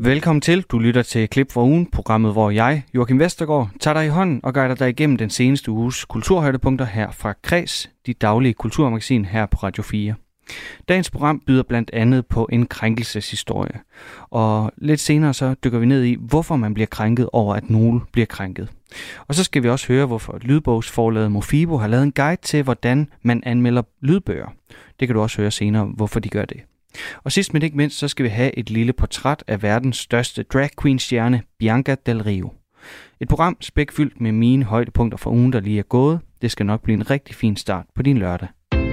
Velkommen til. Du lytter til Klip fra ugen, programmet, hvor jeg, Joachim Vestergaard, tager dig i hånden og guider dig igennem den seneste uges kulturhøjdepunkter her fra Kreds, dit daglige kulturmagasin her på Radio 4. Dagens program byder blandt andet på en krænkelseshistorie, og lidt senere så dykker vi ned i, hvorfor man bliver krænket over, at nogen bliver krænket. Og så skal vi også høre, hvorfor lydbogsforlaget Mofibo har lavet en guide til, hvordan man anmelder lydbøger. Det kan du også høre senere, hvorfor de gør det. Og sidst men ikke mindst, så skal vi have et lille portræt af verdens største drag queen stjerne, Bianca Del Rio. Et program spækfyldt med mine højdepunkter fra ugen, der lige er gået. Det skal nok blive en rigtig fin start på din lørdag.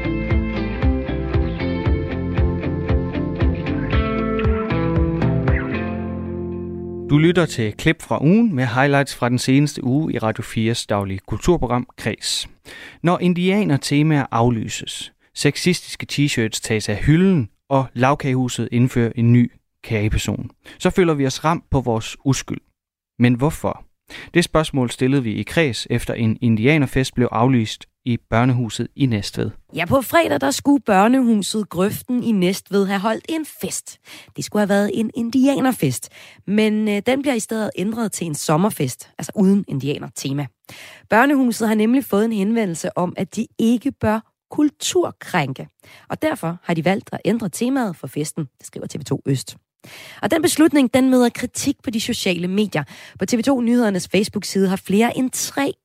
Du lytter til Klip fra ugen med highlights fra den seneste uge i Radio 4's daglige kulturprogram Kreds. Når indianer-temaer aflyses, sexistiske t-shirts tages af hylden, og Lagkagehuset indfører en ny kageperson, så føler vi os ramt på vores uskyld. Men hvorfor? Det spørgsmål stillede vi i Kreds, efter en indianerfest blev aflyst i Børnehuset i Næstved. Ja, på fredag der skulle Børnehuset Grøften i Næstved have holdt en fest. Det skulle have været en indianerfest, men den bliver i stedet ændret til en sommerfest, altså uden indianer-tema. Børnehuset har nemlig fået en henvendelse om, at de ikke bør kulturkrænke. Og derfor har de valgt at ændre temaet for festen, det skriver TV2 Øst. Og den beslutning, den møder kritik på de sociale medier. På TV2 Nyhedernes Facebook-side har flere end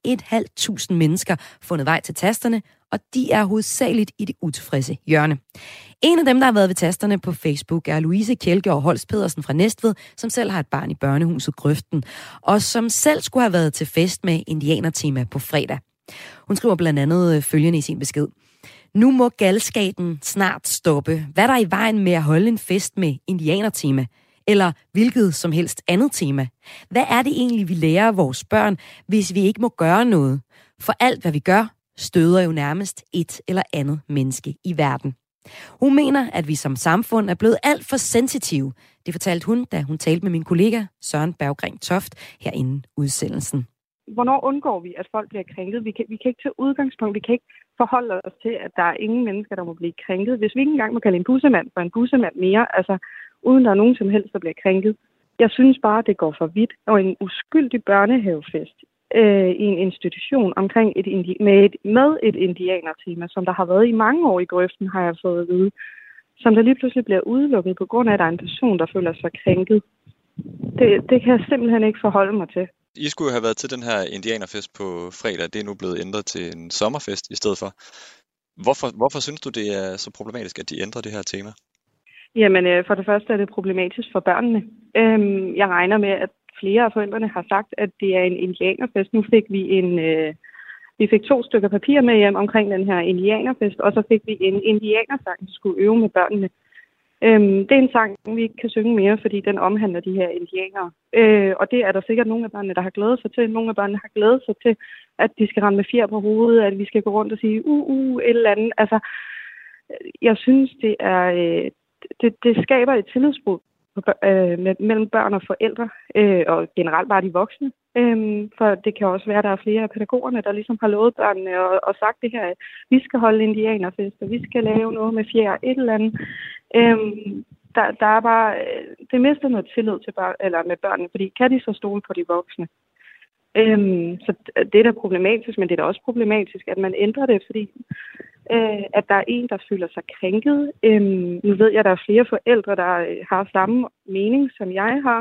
3.500 mennesker fundet vej til tasterne, og de er hovedsageligt i det utilfredse hjørne. En af dem, der har været ved tasterne på Facebook, er Louise Kjeldgaard Holst Pedersen fra Næstved, som selv har et barn i Børnehuset Grøften, og som selv skulle have været til fest med indianertema på fredag. Hun skriver blandt andet følgende i sin besked. Nu må galskaben snart stoppe. Hvad er der i vejen med at holde en fest med indianertema? Eller hvilket som helst andet tema? Hvad er det egentlig, vi lærer vores børn, hvis vi ikke må gøre noget? For alt, hvad vi gør, støder jo nærmest et eller andet menneske i verden. Hun mener, at vi som samfund er blevet alt for sensitive. Det fortalte hun, da hun talte med min kollega Søren Berggren Toft herinde udsendelsen. Hvornår undgår vi, at folk bliver krænket? Vi kan ikke tage udgangspunkt, vi kan ikke forholde os til, at der er ingen mennesker, der må blive krænket. Hvis vi ikke engang må kalde en bussemand for en bussemand mere, altså uden der er nogen som helst, der bliver krænket. Jeg synes bare, det går for vidt. Og en uskyldig børnehavefest i en institution omkring med et indianertema, som der har været i mange år i Grøften, har jeg fået at vide, som der lige pludselig bliver udelukket på grund af, at der er en person, der føler sig krænket. Det kan jeg simpelthen ikke forholde mig til. I skulle have været til den her indianerfest på fredag. Det er nu blevet ændret til en sommerfest i stedet for. Hvorfor synes du, det er så problematisk, at de ændrer det her tema? Jamen, for det første er det problematisk for børnene. Jeg regner med, at flere af forældrene har sagt, at det er en indianerfest. Nu fik vi fik 2 stykker papir med hjem omkring den her indianerfest, og så fik vi en indianersang, vi skulle øve med børnene. Det er en sang, vi ikke kan synge mere, fordi den omhandler de her indianere. Og det er der sikkert nogle af børnene, der har glædet sig til. Nogle af børnene har glædet sig til, at de skal rende med fjer på hovedet, at vi skal gå rundt og sige, et eller andet. Altså, jeg synes, det skaber et tillidsbrud mellem børn og forældre, og generelt bare de voksne. For det kan også være, at der er flere af pædagogerne, der ligesom har lovet børnene og sagt det her, at vi skal holde indianerfest, og vi skal lave noget med fjer, et eller andet. Der er bare, det mister noget tillid til med børnene, fordi kan de så stole på de voksne? Så det er da problematisk, men det er da også problematisk, at man ændrer det, fordi at der er en, der føler sig krænket. Nu ved jeg, at der er flere forældre, der har samme mening, som jeg har.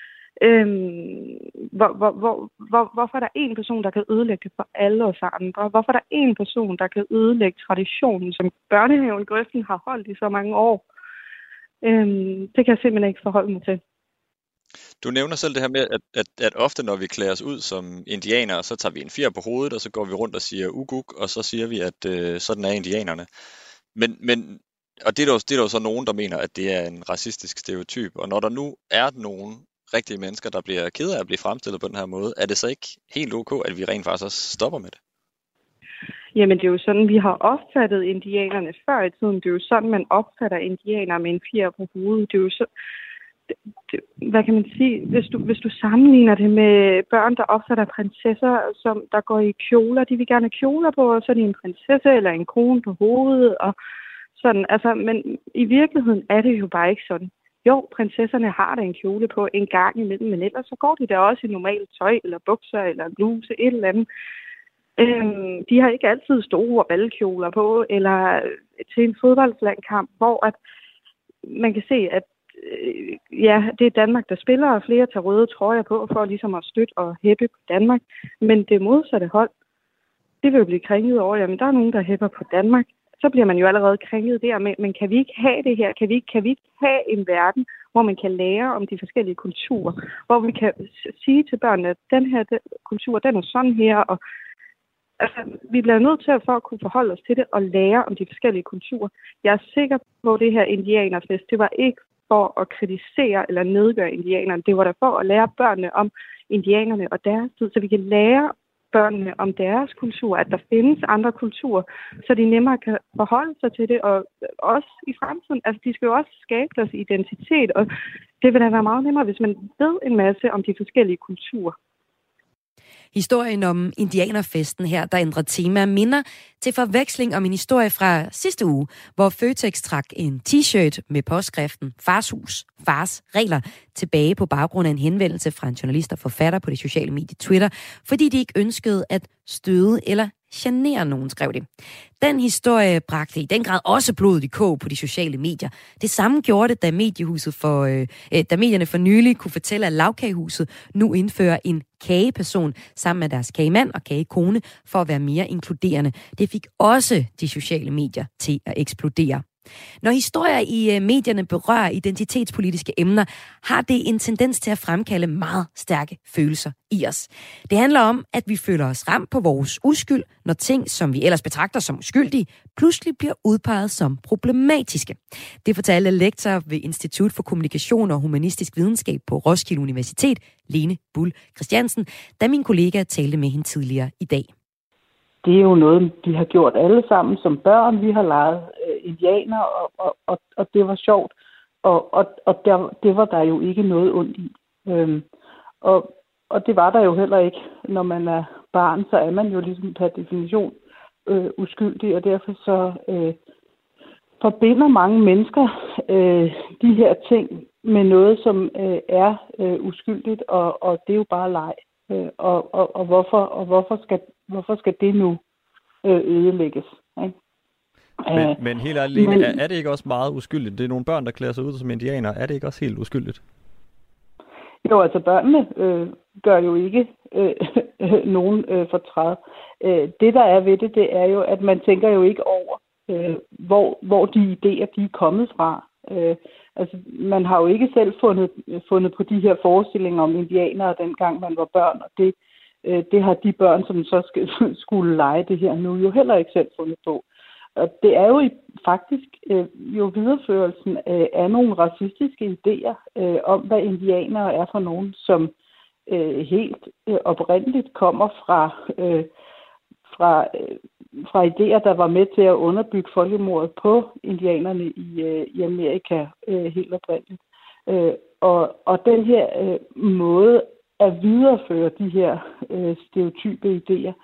Hvorfor er der en person, der kan ødelægge det for alle os andre? Hvorfor er der en person, der kan ødelægge traditionen, som børnehaven Grøften har holdt i så mange år? Det kan jeg simpelthen ikke forholde mig til. Du nævner selv det her med, at ofte når vi klæder os ud som indianere, så tager vi en fjer på hovedet, og så går vi rundt og siger uguk, og så siger vi, at sådan er indianerne. Men og det er der jo så nogen, der mener, at det er en racistisk stereotyp. Og når der nu er nogen rigtige mennesker, der bliver ked af at blive fremstillet på den her måde, er det så ikke helt ok, at vi rent faktisk også stopper med det? Jamen, det er jo sådan, vi har opfattet indianerne før i tiden. Det er jo sådan, man opfatter indianere med en fjer på hovedet. Det er jo så... hvad kan man sige, hvis du sammenligner det med børn, der opfatter prinsesser, som der går i kjoler, de vil gerne have kjoler på, og så er de en prinsesse eller en krone på hovedet, og sådan, altså, men i virkeligheden er det jo bare ikke sådan. jo, prinsesserne har da en kjole på en gang imellem, men ellers så går de da også i normalt tøj, eller bukser, eller en bluse, et eller andet. De har ikke altid store valgkjoler på, eller til en fodboldlandkamp, hvor at man kan se, at det er Danmark, der spiller, og flere tager røde trøjer på, for ligesom at støtte og hæppe på Danmark. Men det modsatte hold, det vil jo blive krænket over, jamen der er nogen, der hæpper på Danmark. Så bliver man jo allerede krænket der, men kan vi ikke have det her? Kan vi ikke have en verden, hvor man kan lære om de forskellige kulturer? Hvor vi kan sige til børnene, at den kultur, den er sådan her, og altså, vi bliver nødt til for at kunne forholde os til det og lære om de forskellige kulturer. Jeg er sikker på, at det her indianerfest, det var ikke for at kritisere eller nedgøre indianerne. Det var der for at lære børnene om indianerne og deres tid, så vi kan lære børnene om deres kultur, at der findes andre kulturer, så de nemmere kan forholde sig til det, og også i fremtiden. Altså, de skal jo også skabe deres identitet, og det vil da være meget nemmere, hvis man ved en masse om de forskellige kulturer. Historien om indianerfesten her, der ændrer tema, minder til forveksling om en historie fra sidste uge, hvor Føtex trak en t-shirt med påskriften Fars hus, fars regler tilbage på baggrund af en henvendelse fra en journalist og forfatter på det sociale medie Twitter, fordi de ikke ønskede at støde eller genere nogen, skrev det. Den historie bragte i den grad også blodet i kog på de sociale medier. Det samme gjorde det, da medierne for nylig kunne fortælle, at Lagkagehuset nu indfører en kageperson sammen med deres kagemand og kagekone for at være mere inkluderende. Det fik også de sociale medier til at eksplodere. Når historier i medierne berører identitetspolitiske emner, har det en tendens til at fremkalde meget stærke følelser i os. Det handler om, at vi føler os ramt på vores uskyld, når ting, som vi ellers betragter som uskyldige, pludselig bliver udpeget som problematiske. Det fortalte lektor ved Institut for Kommunikation og Humanistisk Videnskab på Roskilde Universitet, Lene Bull Christiansen, da min kollega talte med hende tidligere i dag. Det er jo noget, de har gjort alle sammen som børn. Vi har leget indianer, og det var sjovt. Det var der jo ikke noget ondt i. Og det var der jo heller ikke. Når man er barn, så er man jo ligesom per definition uskyldig, og derfor så forbinder mange mennesker de her ting med noget, som er uskyldigt, og det er jo bare leg. Og hvorfor skal det nu ødelægges? Ikke? Men helt ærligt, er det ikke også meget uskyldigt? Det er nogle børn, der klæder sig ud som indianer. Er det ikke også helt uskyldigt? Jo, altså børnene gør jo ikke nogen fortræd. Det, der er ved det, det er jo, at man tænker jo ikke over, hvor de idéer, de er kommet fra. Altså, man har jo ikke selv fundet på de her forestillinger om indianere, dengang man var børn, og det har de børn, som så skulle lege det her nu, jo heller ikke selv fundet på. Og det er jo faktisk jo videreførelsen af nogle racistiske idéer om, hvad indianere er for nogen, som helt oprindeligt kommer fra idéer, der var med til at underbygge folkemordet på indianerne i Amerika helt oprindeligt. Og den her måde at videreføre de her stereotype idéer,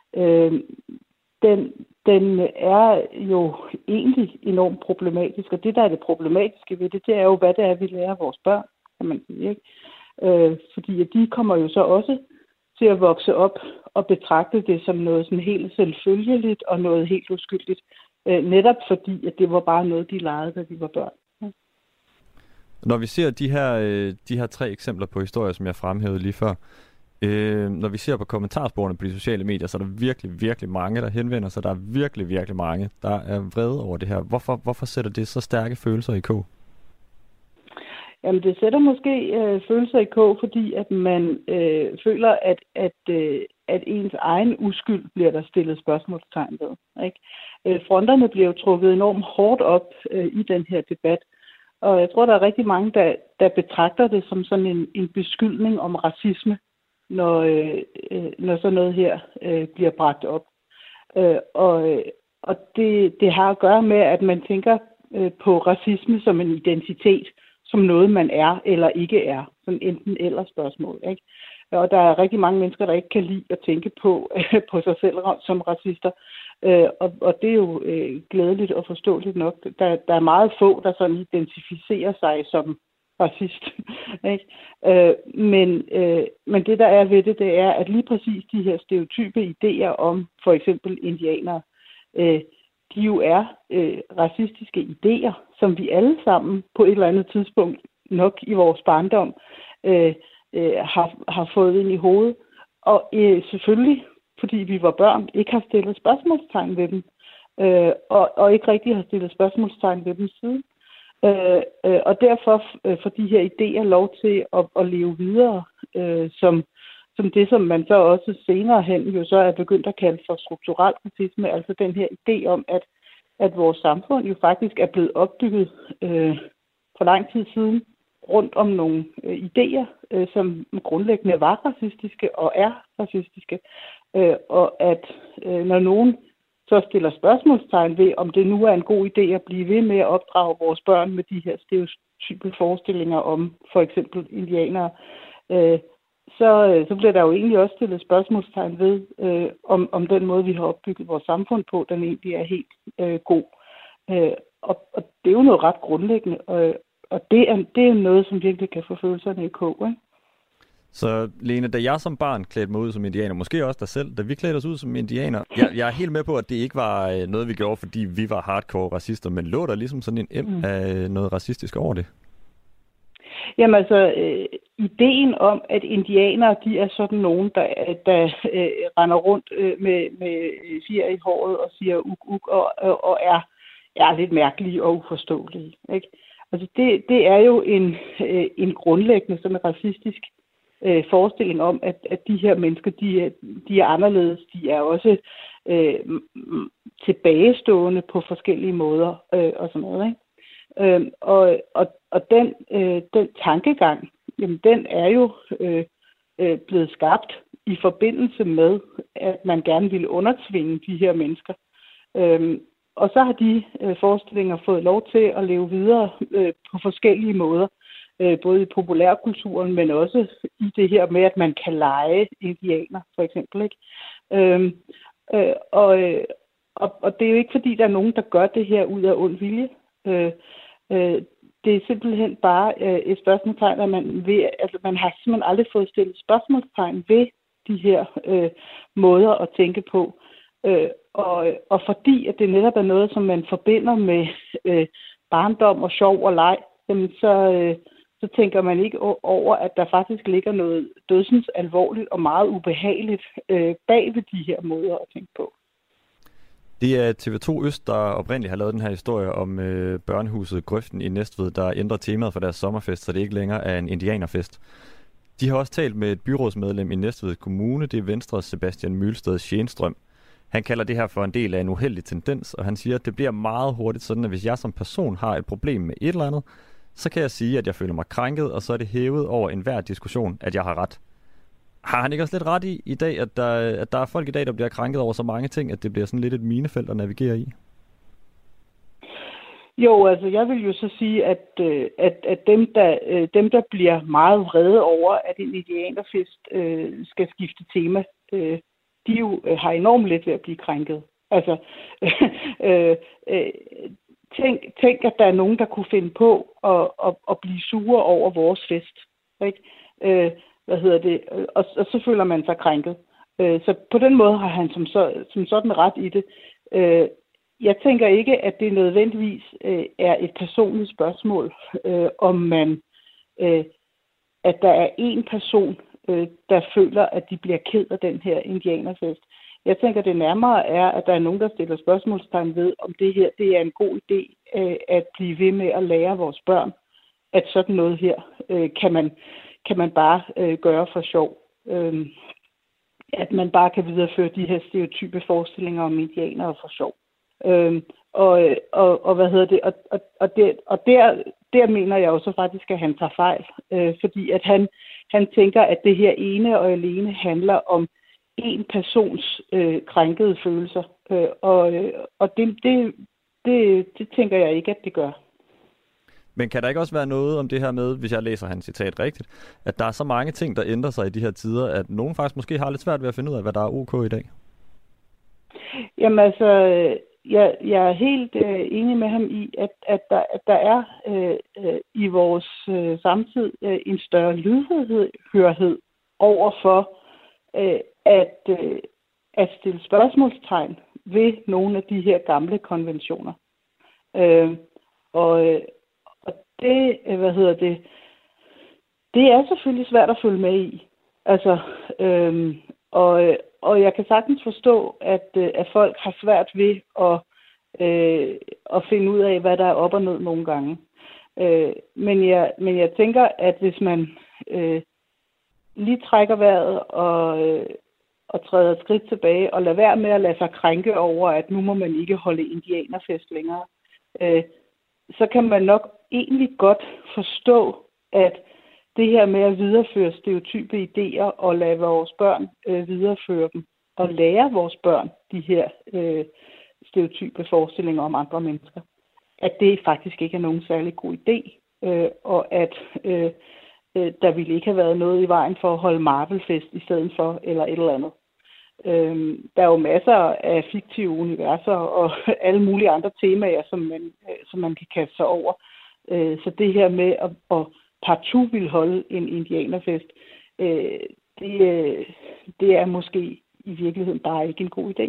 den er jo egentlig enormt problematisk. Og det, der er det problematiske ved det, det er jo, hvad det er, vi lærer vores børn, kan man sige, ikke? Fordi de kommer jo så også til at vokse op og betragte det som noget sådan helt selvfølgeligt og noget helt uskyldigt. Netop fordi, at det var bare noget, de legede, da de var børn. Ja. Når vi ser de her 3 eksempler på historier, som jeg fremhævede lige før, når vi ser på kommentarsporene på de sociale medier, så er der virkelig, virkelig mange, der henvender sig. Der er virkelig, virkelig mange, der er vrede over det her. Hvorfor sætter det så stærke følelser i kog? Jamen, det sætter måske følelser i kog, fordi at man føler, at ens egen uskyld bliver der stillet spørgsmålstegn ved. Ikke? Fronterne bliver jo trukket enormt hårdt op i den her debat. Og jeg tror, der er rigtig mange, der betragter det som sådan en beskyldning om racisme, når sådan noget her bliver bragt op. Og det har at gøre med, at man tænker på racisme som en identitet, som noget, man er eller ikke er. Sådan enten eller spørgsmål. Ikke? Og der er rigtig mange mennesker, der ikke kan lide at tænke på sig selv som racister. Og det er jo glædeligt og forståeligt nok. Der er meget få, der sådan identificerer sig racist. Ikke? Men det, der er ved det, det er, at lige præcis de her stereotype idéer om for eksempel indianere, de jo er racistiske idéer, som vi alle sammen på et eller andet tidspunkt nok i vores barndom har fået ind i hovedet. Og selvfølgelig, fordi vi var børn, ikke har stillet spørgsmålstegn ved dem, og ikke rigtig har stillet spørgsmålstegn ved dem siden. Og derfor får de her idéer lov til at leve videre, som det, som man så også senere hen jo så er begyndt at kalde for strukturel racisme, altså den her idé om, at vores samfund jo faktisk er blevet opbygget for lang tid siden rundt om nogle idéer, som grundlæggende var racistiske og er racistiske, og at når nogen så stiller spørgsmålstegn ved, om det nu er en god idé at blive ved med at opdrage vores børn med de her stereotype forestillinger om for eksempel indianere, så bliver der jo egentlig også stillet spørgsmålstegn ved, om den måde, vi har opbygget vores samfund på, den egentlig er helt god. Og det er jo noget ret grundlæggende, og det er noget, som virkelig kan få følelserne i kog, ikke? Så Lene, da jeg som barn klædte mig ud som indianer, måske også dig selv, da vi klædte os ud som indianer, jeg er helt med på, at det ikke var noget, vi gjorde, fordi vi var hardcore racister, men lå der ligesom sådan en af noget racistisk over det? Jamen altså, ideen om, at indianere, de er sådan nogen, der render rundt med fjer i håret og siger uk og er lidt mærkelige og uforståelige, ikke? Altså det er jo en grundlæggende sådan en racistisk forestilling om, at de her mennesker, de er anderledes. De er også tilbagestående på forskellige måder og sådan noget, ikke? Og den tankegang, jamen den er jo blevet skabt i forbindelse med, at man gerne ville undertvinge de her mennesker. Og så har de forestillinger fået lov til at leve videre på forskellige måder. Både i populærkulturen, men også i det her med, at man kan lege indianer, for eksempel, ikke? Og det er jo ikke, fordi der er nogen, der gør det her ud af ond vilje. Det er simpelthen bare et spørgsmålstegn, at man har simpelthen aldrig fået stillet spørgsmålstegn ved de her måder at tænke på. Og fordi at det netop er noget, som man forbinder med barndom og sjov og leg, jamen så tænker man ikke over, at der faktisk ligger noget dødsens alvorligt og meget ubehageligt bag ved de her måder at tænke på. Det er TV2 Øst, der oprindeligt har lavet den her historie om børnehuset Grøften i Næstved, der ændrer temaet for deres sommerfest, så det ikke længere er en indianerfest. De har også talt med et byrådsmedlem i Næstved Kommune, det er Venstres Sebastian Mølsted Schenstrøm. Han kalder det her for en del af en uheldig tendens, og han siger, at det bliver meget hurtigt sådan, at hvis jeg som person har et problem med et eller andet, så kan jeg sige, at jeg føler mig krænket, og så er det hævet over enhver diskussion, at jeg har ret. Har han ikke også lidt ret i dag, at der er folk i dag, der bliver krænket over så mange ting, at det bliver sådan lidt et minefelt at navigere i? Jo, altså jeg vil jo så sige, at dem, der bliver meget vrede over, at en indianerfest skal skifte tema, de jo har enormt let ved at blive krænket. Altså, tænk, at der er nogen, der kunne finde på at blive sure over vores fest, ikke? Og så føler man sig krænket. Så på den måde har han som sådan ret i det. Jeg tænker ikke, at det nødvendigvis er et personligt spørgsmål, om man, at der er en person, der føler, at de bliver ked af den her indianerfest. Jeg tænker, det nærmere er, at der er nogen, der stiller spørgsmålstegn ved, om det her det er en god idé at blive ved med at lære vores børn, at sådan noget her kan man bare gøre for sjov. At man bare kan videreføre de her stereotype forestillinger om indianere for sjov. Og der mener jeg jo så faktisk, at han tager fejl, fordi at han tænker, at det her ene og alene handler om en persons krænkede følelser, og det tænker jeg ikke, at det gør. Men kan der ikke også være noget om det her med, hvis jeg læser hans citat rigtigt, at der er så mange ting, der ændrer sig i de her tider, at nogen faktisk måske har lidt svært ved at finde ud af, hvad der er ok i dag? Jamen altså, jeg er helt enig med ham i, at der er i vores samtid en større lydhørhed over for at stille spørgsmålstegn ved nogle af de her gamle konventioner. Og det, det er selvfølgelig svært at følge med i. Altså, og jeg kan sagtens forstå, at folk har svært ved at finde ud af, hvad der er op og ned nogle gange. Men jeg tænker, at hvis man lige trækker vejret og træder et skridt tilbage og lader være med at lade sig krænke over, at nu må man ikke holde indianerfest længere, så kan man nok egentlig godt forstå, at det her med at videreføre stereotype idéer og lade vores børn videreføre dem, og lære vores børn de her stereotype forestillinger om andre mennesker, at det faktisk ikke er nogen særlig god idé, og at der ville ikke have været noget i vejen for at holde Marvel-fest i stedet for, eller et eller andet. Der er jo masser af fiktive universer og alle mulige andre temaer, som man kan kaste sig over. Så det her med at partout vil holde en indianerfest, det er måske i virkeligheden bare ikke en god idé.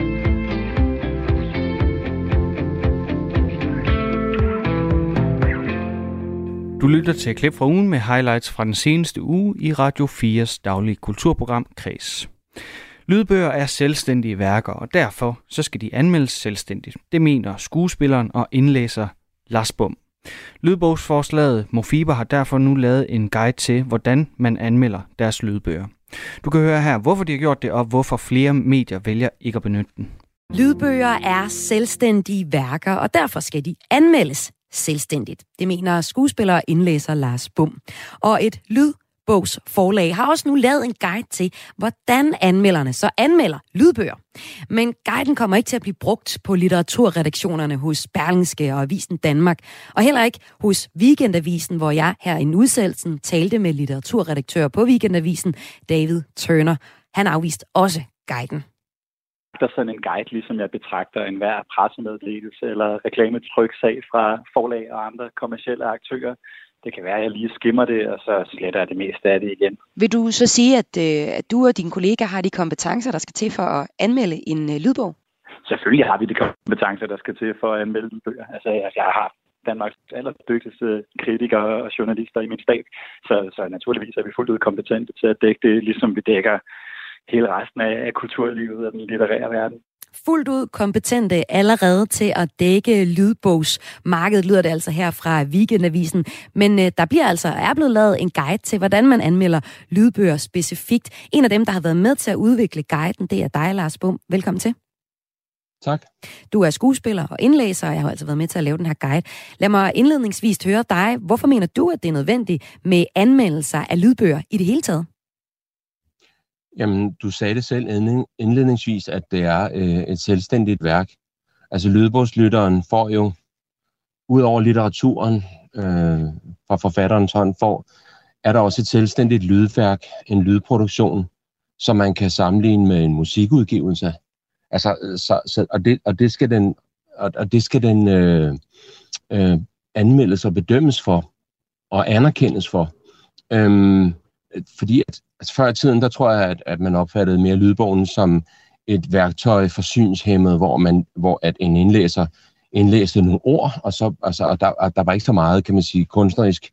Du lytter til et klip fra ugen med highlights fra den seneste uge i Radio 4's daglige kulturprogram Kreds. Lydbøger er selvstændige værker, og derfor så skal de anmeldes selvstændigt. Det mener skuespilleren og indlæser Lars Bom. Lydbogsforslaget Mofiber har derfor nu lavet en guide til, hvordan man anmelder deres lydbøger. Du kan høre her, hvorfor de har gjort det, og hvorfor flere medier vælger ikke at benytte den. Lydbøger er selvstændige værker, og derfor skal de anmeldes selvstændigt. Det mener skuespiller og indlæser Lars Bom. Og et lydbogsforlag har også nu lavet en guide til, hvordan anmelderne så anmelder lydbøger. Men guiden kommer ikke til at blive brugt på litteraturredaktionerne hos Berlingske og Avisen Danmark, og heller ikke hos Weekendavisen, hvor jeg her i udsendelsen talte med litteraturredaktør på Weekendavisen, David Turner. Han afviste også guiden. Der er sådan en guide, ligesom jeg betragter enhver pressemeddelelse eller reklametryksag fra forlag og andre kommercielle aktører. Det kan være, at jeg lige skimmer det, og så sletter jeg det meste af det igen. Vil du så sige, at du og dine kollegaer har de kompetencer, der skal til for at anmelde en lydbog? Selvfølgelig har vi de kompetencer, der skal til for at anmelde lydbøger. Altså, jeg har Danmarks allerdygtigste kritikere og journalister i min stab, så naturligvis er vi fuldt ud kompetente til at dække det, ligesom vi dækker hele resten af kulturlivet og den litterære verden. Fuldt ud kompetente allerede til at dække lydbogsmarkedet, lyder det altså her fra Weekendavisen. Men der er blevet lavet en guide til, hvordan man anmelder lydbøger specifikt. En af dem, der har været med til at udvikle guiden, det er dig, Lars Bom. Velkommen til. Tak. Du er skuespiller og indlæser, og jeg har altså været med til at lave den her guide. Lad mig indledningsvis høre dig. Hvorfor mener du, at det er nødvendigt med anmeldelser af lydbøger i det hele taget? Jamen, du sagde det selv indledningsvis, at det er et selvstændigt værk. Altså, lydbogslytteren får jo, ud over litteraturen fra forfatterens hånd, er der også et selvstændigt lydværk, en lydproduktion, som man kan sammenligne med en musikudgivelse. Altså, det skal den anmeldes og bedømmes for, og anerkendes for. Fordi før i tiden, der tror jeg, at man opfattede mere lydbogen som et værktøj for synshæmmede, hvor at en indlæser indlæste nogle ord, og der var ikke så meget, kan man sige, kunstnerisk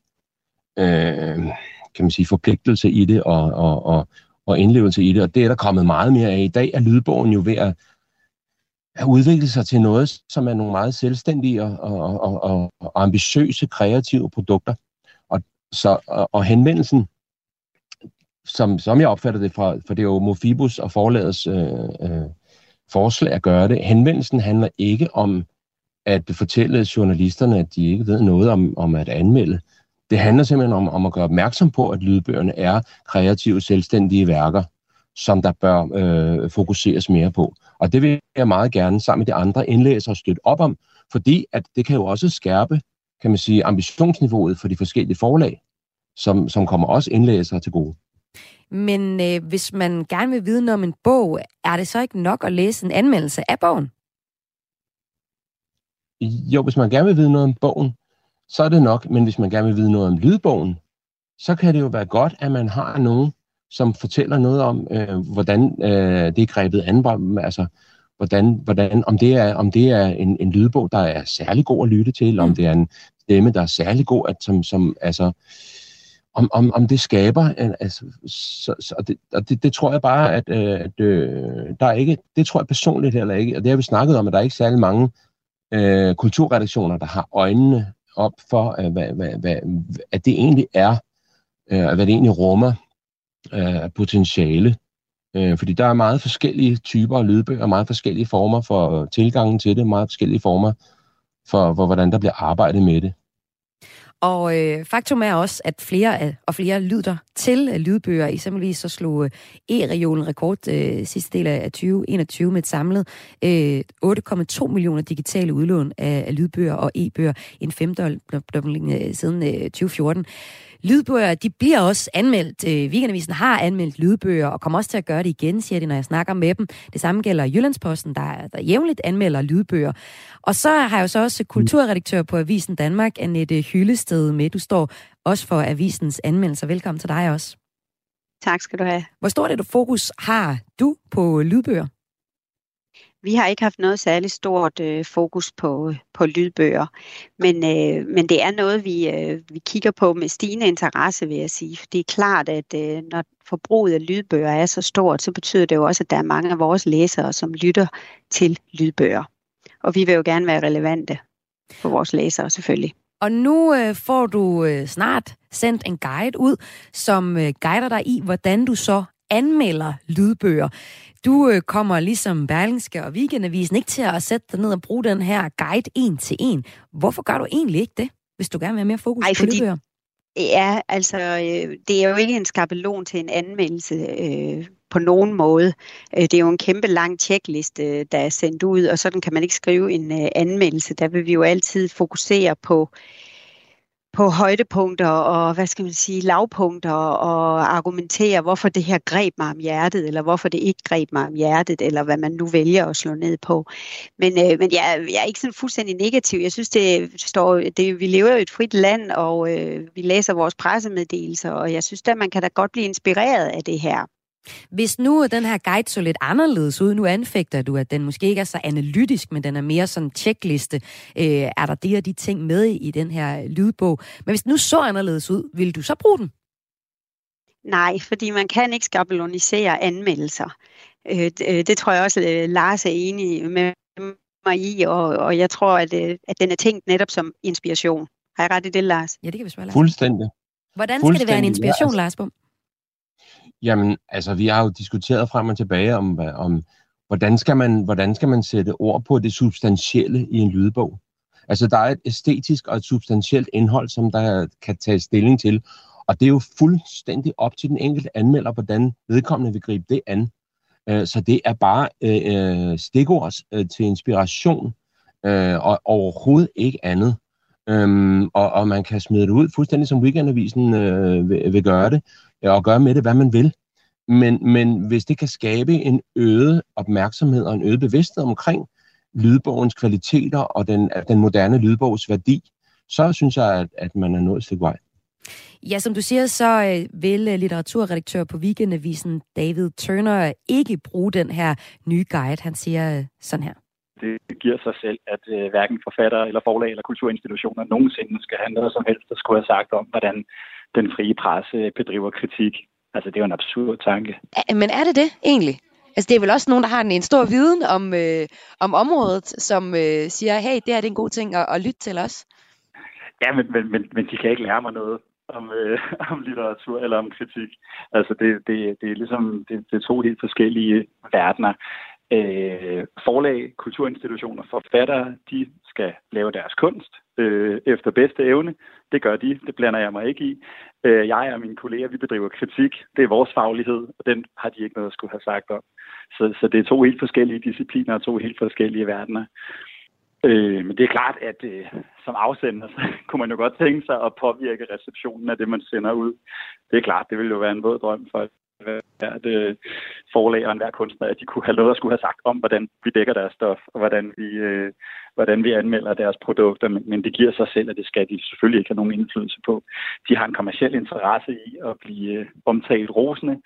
forpligtelse i det og indlevelse i det, og det er der kommet meget mere af. I dag er lydbogen jo ved at udvikle sig til noget, som er nogle meget selvstændige og ambitiøse, kreative produkter. Og henvendelsen, som jeg opfatter det for det er jo Mofibus og forlagets forslag at gøre det. Henvendelsen handler ikke om at fortælle journalisterne, at de ikke ved noget om at anmelde. Det handler simpelthen om at gøre opmærksom på, at lydbøgerne er kreative, selvstændige værker, som der bør fokuseres mere på. Og det vil jeg meget gerne sammen med de andre indlæsere støtte op om, fordi at det kan jo også skærpe, kan man sige, ambitionsniveauet for de forskellige forlag, som kommer også indlæsere til gode. Men hvis man gerne vil vide noget om en bog, er det så ikke nok at læse en anmeldelse af bogen? jo, hvis man gerne vil vide noget om bogen, så er det nok, men hvis man gerne vil vide noget om lydbogen, så kan det jo være godt, at man har nogen, som fortæller noget om, hvordan det er grebet an, altså hvordan om det er en lydbog, der er særlig god at lytte til, eller om det er en stemme, der er særlig god, om det skaber, det tror jeg bare, at der er ikke, det tror jeg personligt heller ikke, og det har vi snakket om, at der er ikke særlig mange kulturredaktioner, der har øjnene op for, at det egentlig er, hvad det egentlig rummer af potentiale. Fordi der er meget forskellige typer af lydbøger, meget forskellige former for tilgangen til det, meget forskellige former for hvordan der bliver arbejdet med det. Og faktum er også, at flere og flere lytter til lydbøger. Eksempelvis så slog E-regionen rekord sidste del af 2021 med et samlet 8,2 millioner digitale udlån af lydbøger og e-bøger. En femdobling siden 2014. Lydbøger, de bliver også anmeldt. Weekendavisen har anmeldt lydbøger, og kommer også til at gøre det igen, siger de, når jeg snakker med dem. Det samme gælder Jyllandsposten, der jævnligt anmelder lydbøger. Og så har jeg jo så også kulturredaktør på Avisen Danmark, Annette Hyllested, med. Du står også for avisens anmeldelser. Velkommen til dig også. Tak skal du have. Hvor stort et fokus har du på lydbøger? Vi har ikke haft noget særligt stort fokus på lydbøger, men det er noget, vi kigger på med stigende interesse, vil jeg sige. For det er klart, at når forbruget af lydbøger er så stort, så betyder det jo også, at der er mange af vores læsere, som lytter til lydbøger. Og vi vil jo gerne være relevante for vores læsere, selvfølgelig. Og nu får du snart sendt en guide ud, som guider dig i, hvordan du så anmelder lydbøger. Du kommer ligesom Berlingske og Weekendavisen ikke til at sætte dig ned og bruge den her guide en til en. Hvorfor gør du egentlig ikke det, hvis du gerne vil have mere fokus på lydbøger? Ja, altså det er jo ikke en skabelon til en anmeldelse på nogen måde. Det er jo en kæmpe lang checkliste, der er sendt ud, og sådan kan man ikke skrive en anmeldelse. Der vil vi jo altid fokusere på højdepunkter og, hvad skal man sige, lavpunkter og argumentere, hvorfor det her greb mig om hjertet, eller hvorfor det ikke greb mig om hjertet, eller hvad man nu vælger at slå ned på. Men jeg er ikke sådan fuldstændig negativ. Jeg synes, vi lever jo i et frit land, og vi læser vores pressemeddelelser, og jeg synes, at man kan da godt blive inspireret af det her. Hvis nu den her guide så lidt anderledes ud, nu anfægter du, at den måske ikke er så analytisk, men den er mere sådan checkliste. Er der de og de ting med i den her lydbog? Men hvis den nu så anderledes ud, vil du så bruge den? Nej, fordi man kan ikke skabelonisere anmeldelser. Det tror jeg også, Lars er enig med mig i, og jeg tror, at den er tænkt netop som inspiration. Har jeg ret i det, Lars? Ja, det kan vi spørge Lars. Fuldstændig. Hvordan skal det være en inspiration, ja, Lars Bom? Jamen, altså, vi har jo diskuteret frem og tilbage om hvordan skal man sætte ord på det substantielle i en lydbog. Altså, der er et æstetisk og et substantielt indhold, som der kan tages stilling til, og det er jo fuldstændig op til den enkelte anmelder, hvordan vedkommende vil gribe det an. Så det er bare stikord til inspiration, og overhovedet ikke andet. Og man kan smide det ud, fuldstændig som Weekendavisen vil gøre det, og gøre med det, hvad man vil. Men hvis det kan skabe en øget opmærksomhed og en øget bevidsthed omkring lydbogens kvaliteter og den moderne lydbogs værdi, så synes jeg, at man er nået et stykke vej. Ja, som du siger, så vil litteraturredaktør på Weekendavisen David Turner ikke bruge den her nye guide. Han siger sådan her. Det giver sig selv, at hverken forfattere eller forlag eller kulturinstitutioner nogensinde skal have noget som helst, der skulle have sagt om, hvordan den frie presse bedriver kritik. Altså, det er jo en absurd tanke. Men er det egentlig? Altså, det er vel også nogen, der har en stor viden om området, som siger, hey, det her det er en god ting at lytte til os. Ja, men de kan ikke lære mig noget om litteratur eller om kritik. Altså, det er ligesom det er to helt forskellige verdener. Forlag, kulturinstitutioner, forfattere, de skal lave deres kunst efter bedste evne. Det gør de, det blander jeg mig ikke i. Jeg og mine kolleger, vi bedriver kritik. Det er vores faglighed, og den har de ikke noget at skulle have sagt om. Så det er to helt forskellige discipliner og to helt forskellige verdener. Men det er klart, at som afsender, så kunne man jo godt tænke sig at påvirke receptionen af det, man sender ud. Det er klart, det vil jo være en våd drøm for forlag og enhver kunstner, at de kunne have noget at skulle have sagt om, hvordan vi dækker deres stof, og hvordan vi anmelder deres produkter, men det giver sig selv, at det skal de selvfølgelig ikke have nogen indflydelse på. De har en kommerciel interesse i at blive omtalt rosende,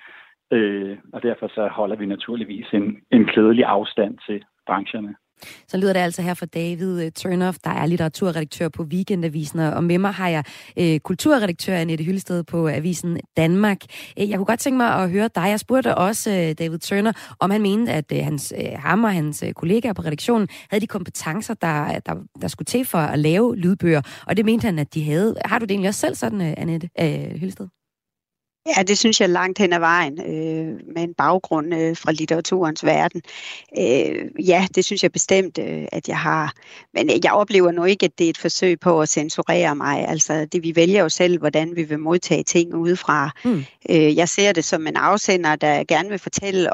og derfor så holder vi naturligvis en klædelig afstand til brancherne. Så lyder det altså her fra David Turnoff, der er litteraturredaktør på Weekendavisen, og med mig har jeg kulturredaktør Annette Hyllested på Avisen Danmark. Jeg kunne godt tænke mig at høre dig. Jeg spurgte også David Turner, om han mente, at ham og hans kollegaer på redaktionen havde de kompetencer, der skulle til for at lave lydbøger, og det mente han, at de havde. Har du det egentlig også selv sådan, Annette Hyllested? Ja, det synes jeg langt hen ad vejen, med en baggrund fra litteraturens verden. Ja, det synes jeg bestemt, at jeg har. Men jeg oplever nu ikke, at det er et forsøg på at censurere mig. Altså, vi vælger jo selv, hvordan vi vil modtage ting udefra. Jeg ser det som en afsender, der gerne vil fortælle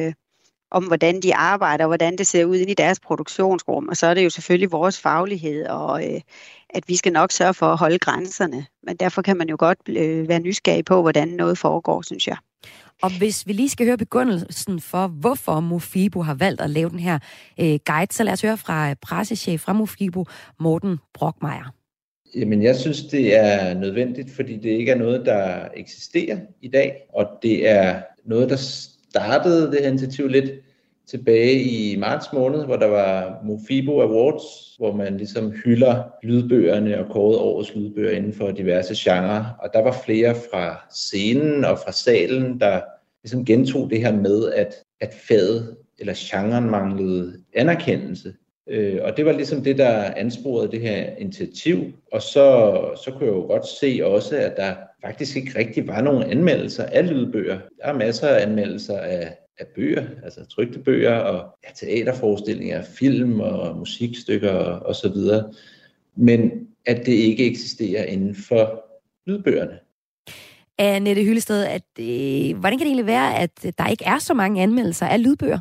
om hvordan de arbejder, og hvordan det ser ud inde i deres produktionsrum. Og så er det jo selvfølgelig vores faglighed, og at vi skal nok sørge for at holde grænserne. Men derfor kan man jo godt være nysgerrig på, hvordan noget foregår, synes jeg. Og hvis vi lige skal høre begyndelsen for, hvorfor Mofibo har valgt at lave den her guide, så lad os høre fra pressechef fra Mofibo, Morten Brockmeier. Jamen, jeg synes, det er nødvendigt, fordi det ikke er noget, der eksisterer i dag, og det er noget, der startede det her initiativ lidt tilbage i marts måned, hvor der var Mofibo Awards, hvor man ligesom hylder lydbøgerne og kårede årets lydbøger inden for diverse genrer. Og der var flere fra scenen og fra salen, der ligesom gentog det her med, at faget eller genren manglede anerkendelse. Og det var ligesom det, der ansporede det her initiativ. Og så kunne jeg jo godt se også, at der faktisk ikke rigtig var nogen anmeldelser af lydbøger. Der er masser af anmeldelser af bøger, altså trykte bøger og teaterforestillinger, film og musikstykker og så videre. Men at det ikke eksisterer inden for lydbøgerne. Annette Hyllested, hvordan kan det egentlig være, at der ikke er så mange anmeldelser af lydbøger?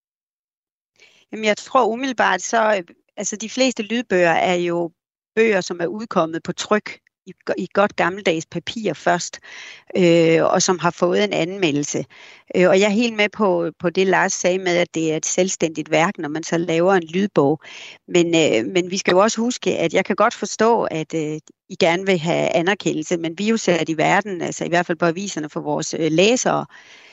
Jamen, jeg tror umiddelbart, altså de fleste lydbøger er jo bøger, som er udkommet på tryk i godt gammeldags papir først, og som har fået en anmeldelse. Og jeg er helt med på det, Lars sagde med, at det er et selvstændigt værk, når man så laver en lydbog. Men vi skal jo også huske, at jeg kan godt forstå, at I gerne vil have anerkendelse, men vi er jo sat i verden, altså i hvert fald på aviserne for vores læsere,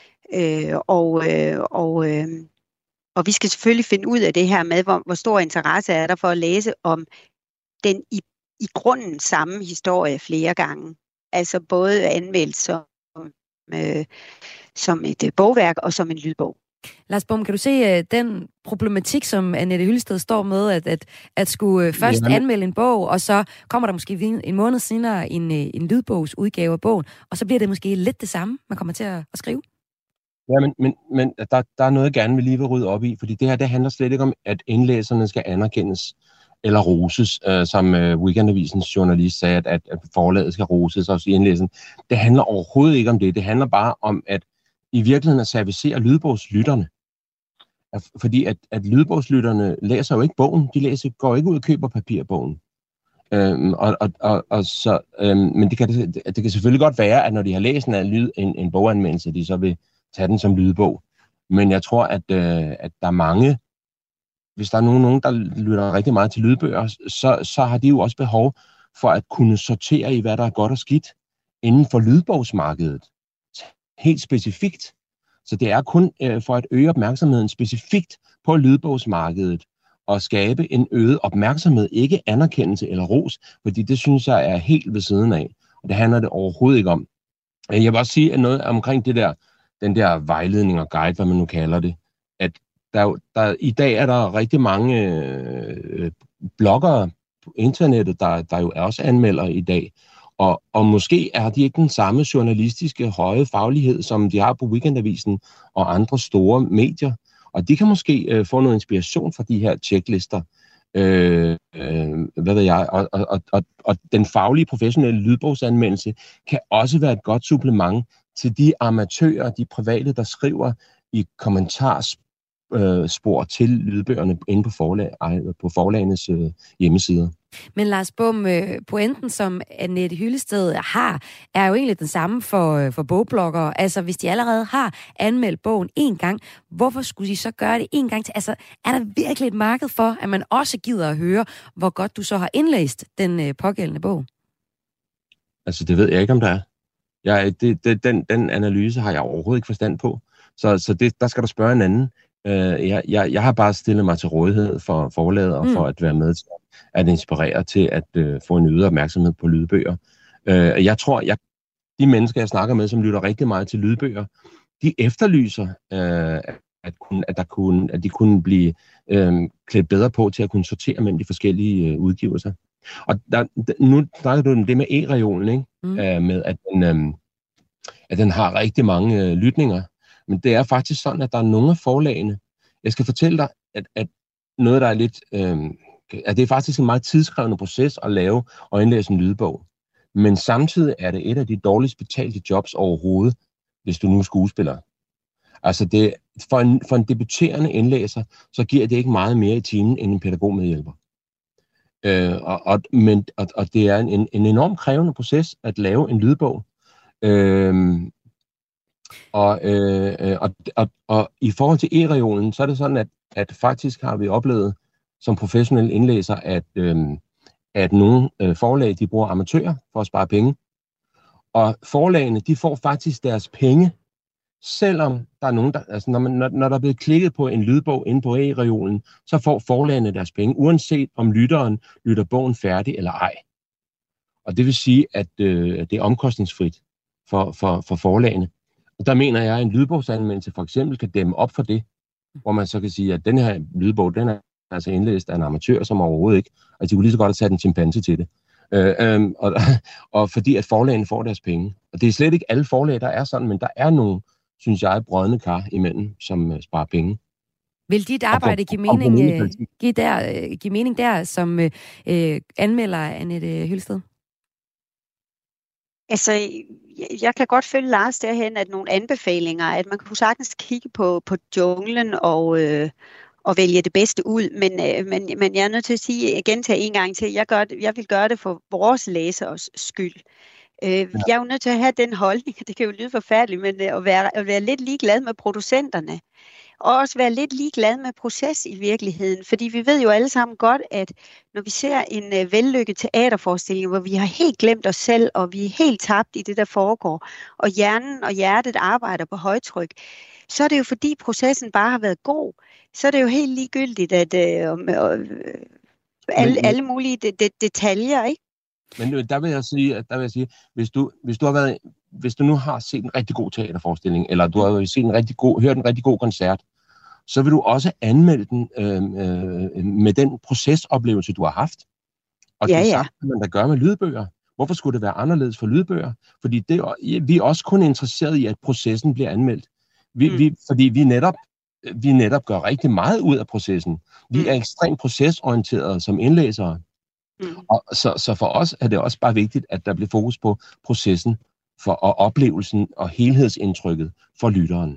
og vi skal selvfølgelig finde ud af det her med, hvor stor interesse er der for at læse om den i grunden samme historie flere gange. Altså både anmeldt som et bogværk og som en lydbog. Lars Bom, kan du se den problematik, som Annette Hyllested står med, at skulle først anmelde en bog, og så kommer der måske en måned senere en lydbogsudgave af bogen, og så bliver det måske lidt det samme, man kommer til at skrive? Ja, men der er noget, jeg gerne vil lige vil rydde op i, fordi det her, det handler slet ikke om, at indlæserne skal anerkendes eller roses, som Weekendavisens journalist sagde, at forlaget skal roses også i indlæsen. Det handler overhovedet ikke om det. Det handler bare om, at i virkeligheden at servicere lydbogslytterne. Fordi at lydbogslytterne læser jo ikke bogen. De går ikke ud og køber papirbogen. Men det kan selvfølgelig godt være, at når de har læst en boganmeldelse, de så vil tage den som lydbog. Men jeg tror, at der er mange, hvis der er nogen, der lytter rigtig meget til lydbøger, så har de jo også behov for at kunne sortere i, hvad der er godt og skidt inden for lydbogsmarkedet. Helt specifikt. Så det er kun for at øge opmærksomheden specifikt på lydbogsmarkedet og skabe en øget opmærksomhed, ikke anerkendelse eller ros, fordi det synes jeg er helt ved siden af. Og det handler det overhovedet ikke om. Jeg vil også sige noget omkring den der vejledning og guide, hvad man nu kalder det, at i dag er der rigtig mange bloggere på internettet, der jo også anmelder i dag. Og måske er de ikke den samme journalistiske høje faglighed, som de har på Weekendavisen og andre store medier. Og de kan måske få noget inspiration fra de her checklister. Hvad ved jeg? Og den faglige professionelle lydbogsanmeldelse kan også være et godt supplement til de amatører, de private, der skriver i kommentarspor til lydbøgerne inde på forlagenes hjemmesider. Men Lars Bom, pointen, som Annette Hyllested har, er jo egentlig den samme for bogbloggere. Altså, hvis de allerede har anmeldt bogen en gang, hvorfor skulle de så gøre det en gang til? Altså, er der virkelig et marked for, at man også gider at høre, hvor godt du så har indlæst den pågældende bog? Altså, det ved jeg ikke, om der er. Den analyse har jeg overhovedet ikke forstand på. Så der skal du spørge en anden. Jeg har bare stillet mig til rådighed for forlaget og for at være med til at inspirere til at få en øget opmærksomhed på lydbøger. Jeg tror, de mennesker, jeg snakker med, som lytter rigtig meget til lydbøger, de efterlyser, at de kunne blive klædt bedre på til at kunne sortere mellem de forskellige udgivelser. Og nu snakker du om det med e-reolen, ikke? Med at den har rigtig mange lytninger. Men det er faktisk sådan, at der er nogle af forlagene. Jeg skal fortælle dig, at noget, der er lidt... at det er faktisk en meget tidskrævende proces at lave og indlæse en lydbog. Men samtidig er det et af de dårligst betalte jobs overhovedet, hvis du nu er skuespiller. Altså, for en debuterende indlæser, så giver det ikke meget mere i timen end en pædagogmedhjælper. Og det er en enormt krævende proces at lave en lydbog. Og i forhold til e-reolen, så er det sådan, at faktisk har vi oplevet som professionelle indlæser, at nogle forlag, de bruger amatører for at spare penge. Og forlagene, de får faktisk deres penge, selvom der er nogen, der, altså når der er blevet klikket på en lydbog inde på e-reolen, så får forlagene deres penge, uanset om lytteren lytter bogen færdig eller ej. Og det vil sige, at det er omkostningsfrit for forlagene. Og der mener jeg, at en lydbogsanmeldelse for eksempel kan dæmme op for det, hvor man så kan sige, at den her lydbog, den er altså indlæst af en amatør, som overhovedet ikke, og de kunne lige så godt have sat en chimpanse til det. Og fordi at forlagene får deres penge. Og det er slet ikke alle forlag, der er sådan, men der er nogle, synes jeg, brodne kar imellem, som sparer penge. Vil dit arbejde give mening der, som anmelder Annette Hyllested? Altså, jeg kan godt følge Lars derhen, at nogle anbefalinger, at man kunne sagtens kigge på junglen og vælge det bedste ud, men jeg er nødt til at sige igen til en gang til, jeg vil gøre det for vores læsers skyld. Jeg er jo nødt til at have den holdning, det kan jo lyde forfærdeligt, men at være lidt ligeglad med producenterne. Og også være lidt ligeglad med proces i virkeligheden. Fordi vi ved jo alle sammen godt, at når vi ser en vellykket teaterforestilling, hvor vi har helt glemt os selv, og vi er helt tabt i det, der foregår, og hjernen og hjertet arbejder på højtryk, så er det jo fordi processen bare har været god. Så er det jo helt ligegyldigt, at alle mulige detaljer, ikke? Men der vil jeg sige, hvis du nu har set en rigtig god teaterforestilling, eller du har set hørt en rigtig god koncert, så vil du også anmelde den med den procesoplevelse, du har haft. Og det er samme, man der gør med lydbøger. Hvorfor skulle det være anderledes for lydbøger? Fordi vi er også kun interesseret i, at processen bliver anmeldt. Fordi vi netop gør rigtig meget ud af processen. Vi er ekstremt procesorienterede som indlæsere. Og så for os er det også bare vigtigt, at der bliver fokus på processen og oplevelsen og helhedsindtrykket for lytteren.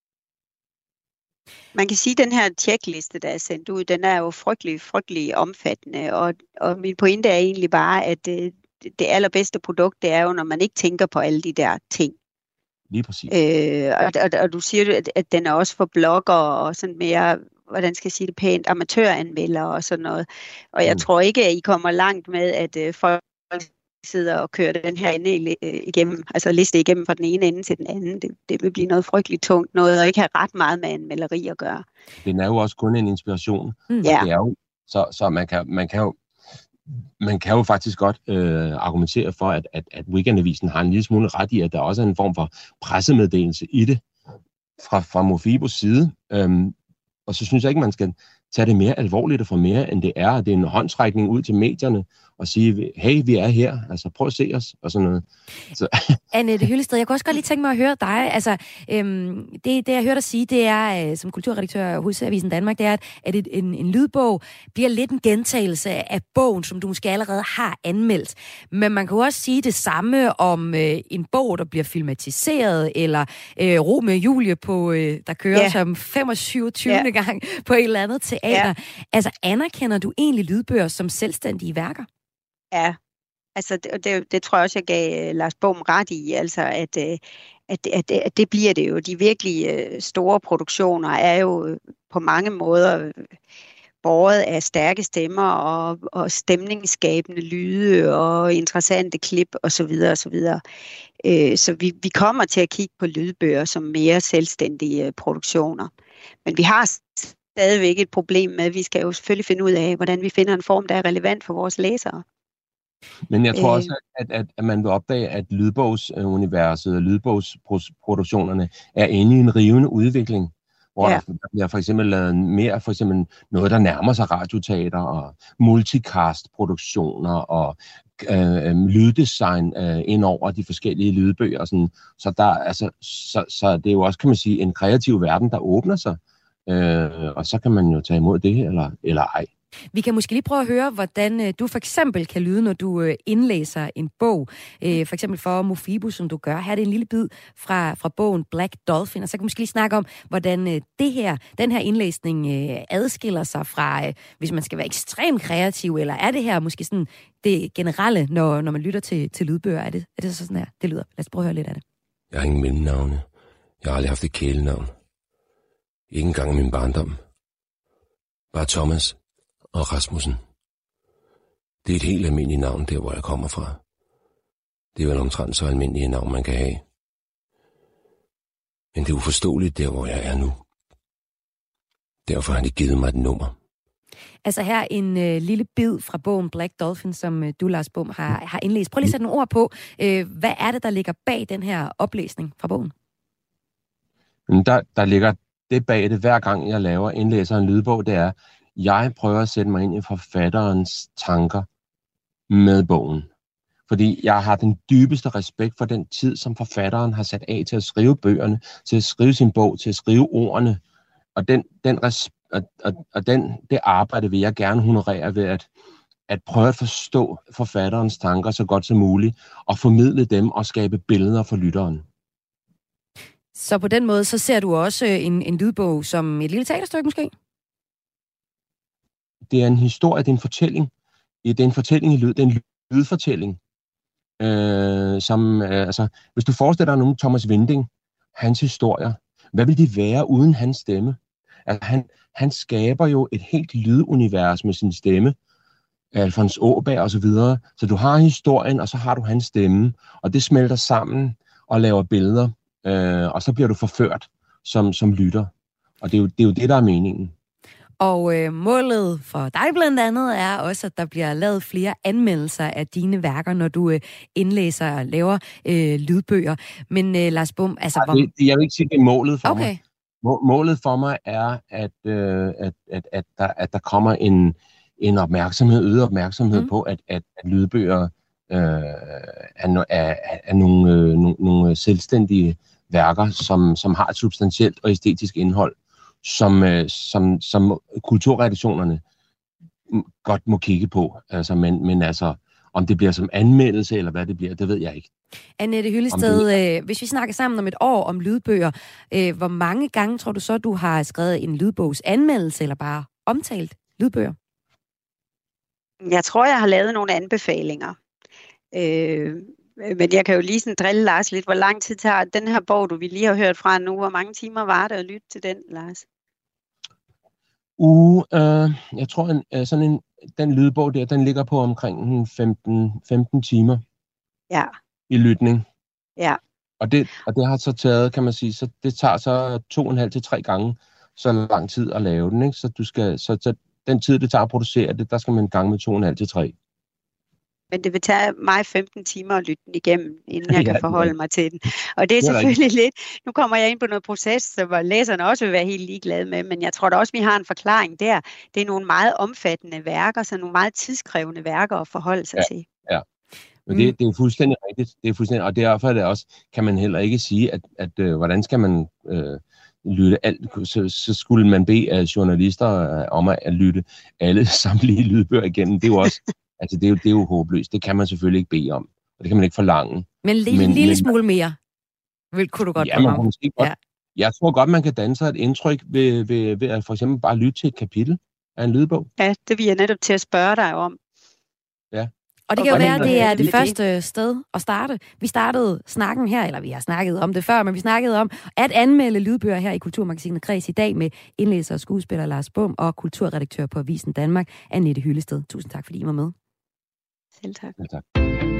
Man kan sige, at den her checkliste, der er sendt ud, den er jo frygtelig omfattende, og min pointe er egentlig bare, at det allerbedste produkt, det er jo, når man ikke tænker på alle de der ting. Lige præcis. Og du siger, at den er også for bloggere og sådan mere, hvordan skal jeg sige det pænt, amatøranmeldere og sådan noget. Og jeg tror ikke, at I kommer langt med, at folk sidder og kører den her ende igennem, altså liste igennem fra den ene ende til den anden. Det vil blive noget frygteligt tungt, noget og ikke have ret meget med anmelderi at gøre. Den er jo også kun en inspiration. Ja. Det er jo, så man kan jo faktisk godt argumentere for, at Weekendavisen har en lille smule ret i, at der også er en form for pressemeddelelse i det fra Mofibos side. Og så synes jeg ikke, man skal tage det mere alvorligt og for mere, end det er. Det er en håndsrækning ud til medierne og sige, hey, vi er her, altså prøv at se os, og sådan noget. Så. Annette Hyllested, jeg kunne også godt lige tænke mig at høre dig. Altså, det jeg hørte dig sige, det er, som kulturredaktør hos Avisen Danmark, det er, at en lydbog bliver lidt en gentagelse af bogen, som du måske allerede har anmeldt. Men man kan jo også sige det samme om en bog, der bliver filmatiseret, eller Romeo og Julie, der kører som 25. gang på et eller andet teater. Ja. Altså, anerkender du egentlig lydbøger som selvstændige værker? Ja, altså det tror jeg også, jeg gav Lars Bohm ret i, altså at det bliver det jo. De virkelig store produktioner er jo på mange måder båret af stærke stemmer og stemningsskabende lyde og interessante klip osv. osv. Så vi kommer til at kigge på lydbøger som mere selvstændige produktioner. Men vi har stadigvæk et problem med, at vi skal jo selvfølgelig finde ud af, hvordan vi finder en form, der er relevant for vores læsere. Men jeg tror også, at man vil opdage, at lydbogsuniverset og lydbogsproduktionerne er inde i en rivende udvikling, hvor der bliver for eksempel lavet mere, for eksempel noget, der nærmer sig radioteater og multicast-produktioner og lyddesign ind over de forskellige lydbøger og sådan. Så det er jo også, kan man sige, en kreativ verden, der åbner sig, og så kan man jo tage imod det eller ej. Vi kan måske lige prøve at høre, hvordan du for eksempel kan lyde, når du indlæser en bog. For eksempel for Mofibo, som du gør. Her er det en lille bid fra bogen Black Dolphin, og så kan vi måske lige snakke om, hvordan den her indlæsning adskiller sig fra, hvis man skal være ekstremt kreativ, eller er det her måske sådan det generelle, når man lytter til lydbøger? Er det så sådan her? Det lyder. Lad os prøve at høre lidt af det. Jeg har ingen mellemnavne. Jeg har aldrig haft et kælenavn. Ikke engang i min barndom. Bare Thomas og Rasmussen. Det er et helt almindeligt navn, der hvor jeg kommer fra. Det er vel omtrent så almindelige navn, man kan have. Men det er uforståeligt, der hvor jeg er nu. Derfor har de givet mig et nummer. Altså her en lille bid fra bogen Black Dolphin, som du, Lars Bohm, har indlæst. Prøv lige at sætte nogle ord på. Hvad er det, der ligger bag den her oplæsning fra bogen? Der ligger det bag det, hver gang jeg indlæser en lydbog, det er, jeg prøver at sætte mig ind i forfatterens tanker med bogen. Fordi jeg har den dybeste respekt for den tid, som forfatteren har sat af til at skrive bøgerne, til at skrive sin bog, til at skrive ordene. Og det arbejde vil jeg gerne honorere ved at prøve at forstå forfatterens tanker så godt som muligt, og formidle dem og skabe billeder for lytteren. Så på den måde, så ser du også en lydbog som et lille teaterstykke måske? Det er en historie, det er en fortælling. Det er en fortælling i lyd, det er en lydfortælling. Hvis du forestiller dig nogen Thomas Winding, hans historier, hvad vil de være uden hans stemme? Altså, han skaber jo et helt lydunivers med sin stemme, Alfons Åberg og så videre. Så du har historien, og så har du hans stemme, og det smelter sammen og laver billeder, og så bliver du forført som lytter. Og det er jo det, der er meningen. Og målet for dig blandt andet er også, at der bliver lavet flere anmeldelser af dine værker, når du indlæser og laver lydbøger. Men Lars Bohm, altså... Jeg vil ikke sige, det er målet for mig. Målet for mig er, at der kommer en opmærksomhed, øget opmærksomhed på, at lydbøger er nogle selvstændige værker, som har et substantielt og æstetisk indhold, som kulturredaktionerne godt må kigge på. Altså, men altså, om det bliver som anmeldelse, eller hvad det bliver, det ved jeg ikke. Annette Hyllested, hvis vi snakker sammen om et år om lydbøger, hvor mange gange tror du så, du har skrevet en lydbogs anmeldelse, eller bare omtalt lydbøger? Jeg tror, jeg har lavet nogle anbefalinger. Men jeg kan jo lige sådan drille Lars lidt. Hvor lang tid tager den her bog, vi lige har hørt fra nu? Hvor mange timer var det at lytte til den, Lars? Jeg tror, den lydbog der, den ligger på omkring 15 timer i lytning. Ja. Og det har så taget, kan man sige, så det tager så 2,5 til 3 gange så lang tid at lave den, ikke? Så den tid, det tager at producere det, der skal man gang med 2,5 til 3. Men det vil tage mig 15 timer at lytte den igennem, inden jeg kan forholde mig til den. Og det er selvfølgelig lidt... Nu kommer jeg ind på noget proces, som læserne også vil være helt ligeglade med, men jeg tror da også, vi har en forklaring der. Det er nogle meget omfattende værker, så nogle meget tidskrævende værker at forholde sig til. Ja. Men det er jo fuldstændig rigtigt. Det er fuldstændig, og derfor er det også, kan man heller ikke sige, at hvordan skal man lytte alt, så skulle man bede journalister om at lytte alle samtlige lydbøger igennem. Det er jo også, altså det er jo håbløst. Det kan man selvfølgelig ikke bede om, og det kan man ikke forlange. Men en lille smule mere, kunne du godt man måske godt. Ja. Jeg tror godt, man kan danne sig et indtryk ved at for eksempel bare lytte til et kapitel af en lydbog. Ja, det vil jeg netop til at spørge dig om. Ja. Og det kan jo være, at det er det første sted at starte. Vi startede snakken her, eller vi har snakket om det før, men vi snakkede om at anmelde lydbøger her i Kulturmagasinet Kreds i dag med indlæser og skuespiller Lars Bom og kulturredaktør på Avisen Danmark, Annette Hyllested. Tusind tak, fordi I var med. Selv tak. Ja, tak.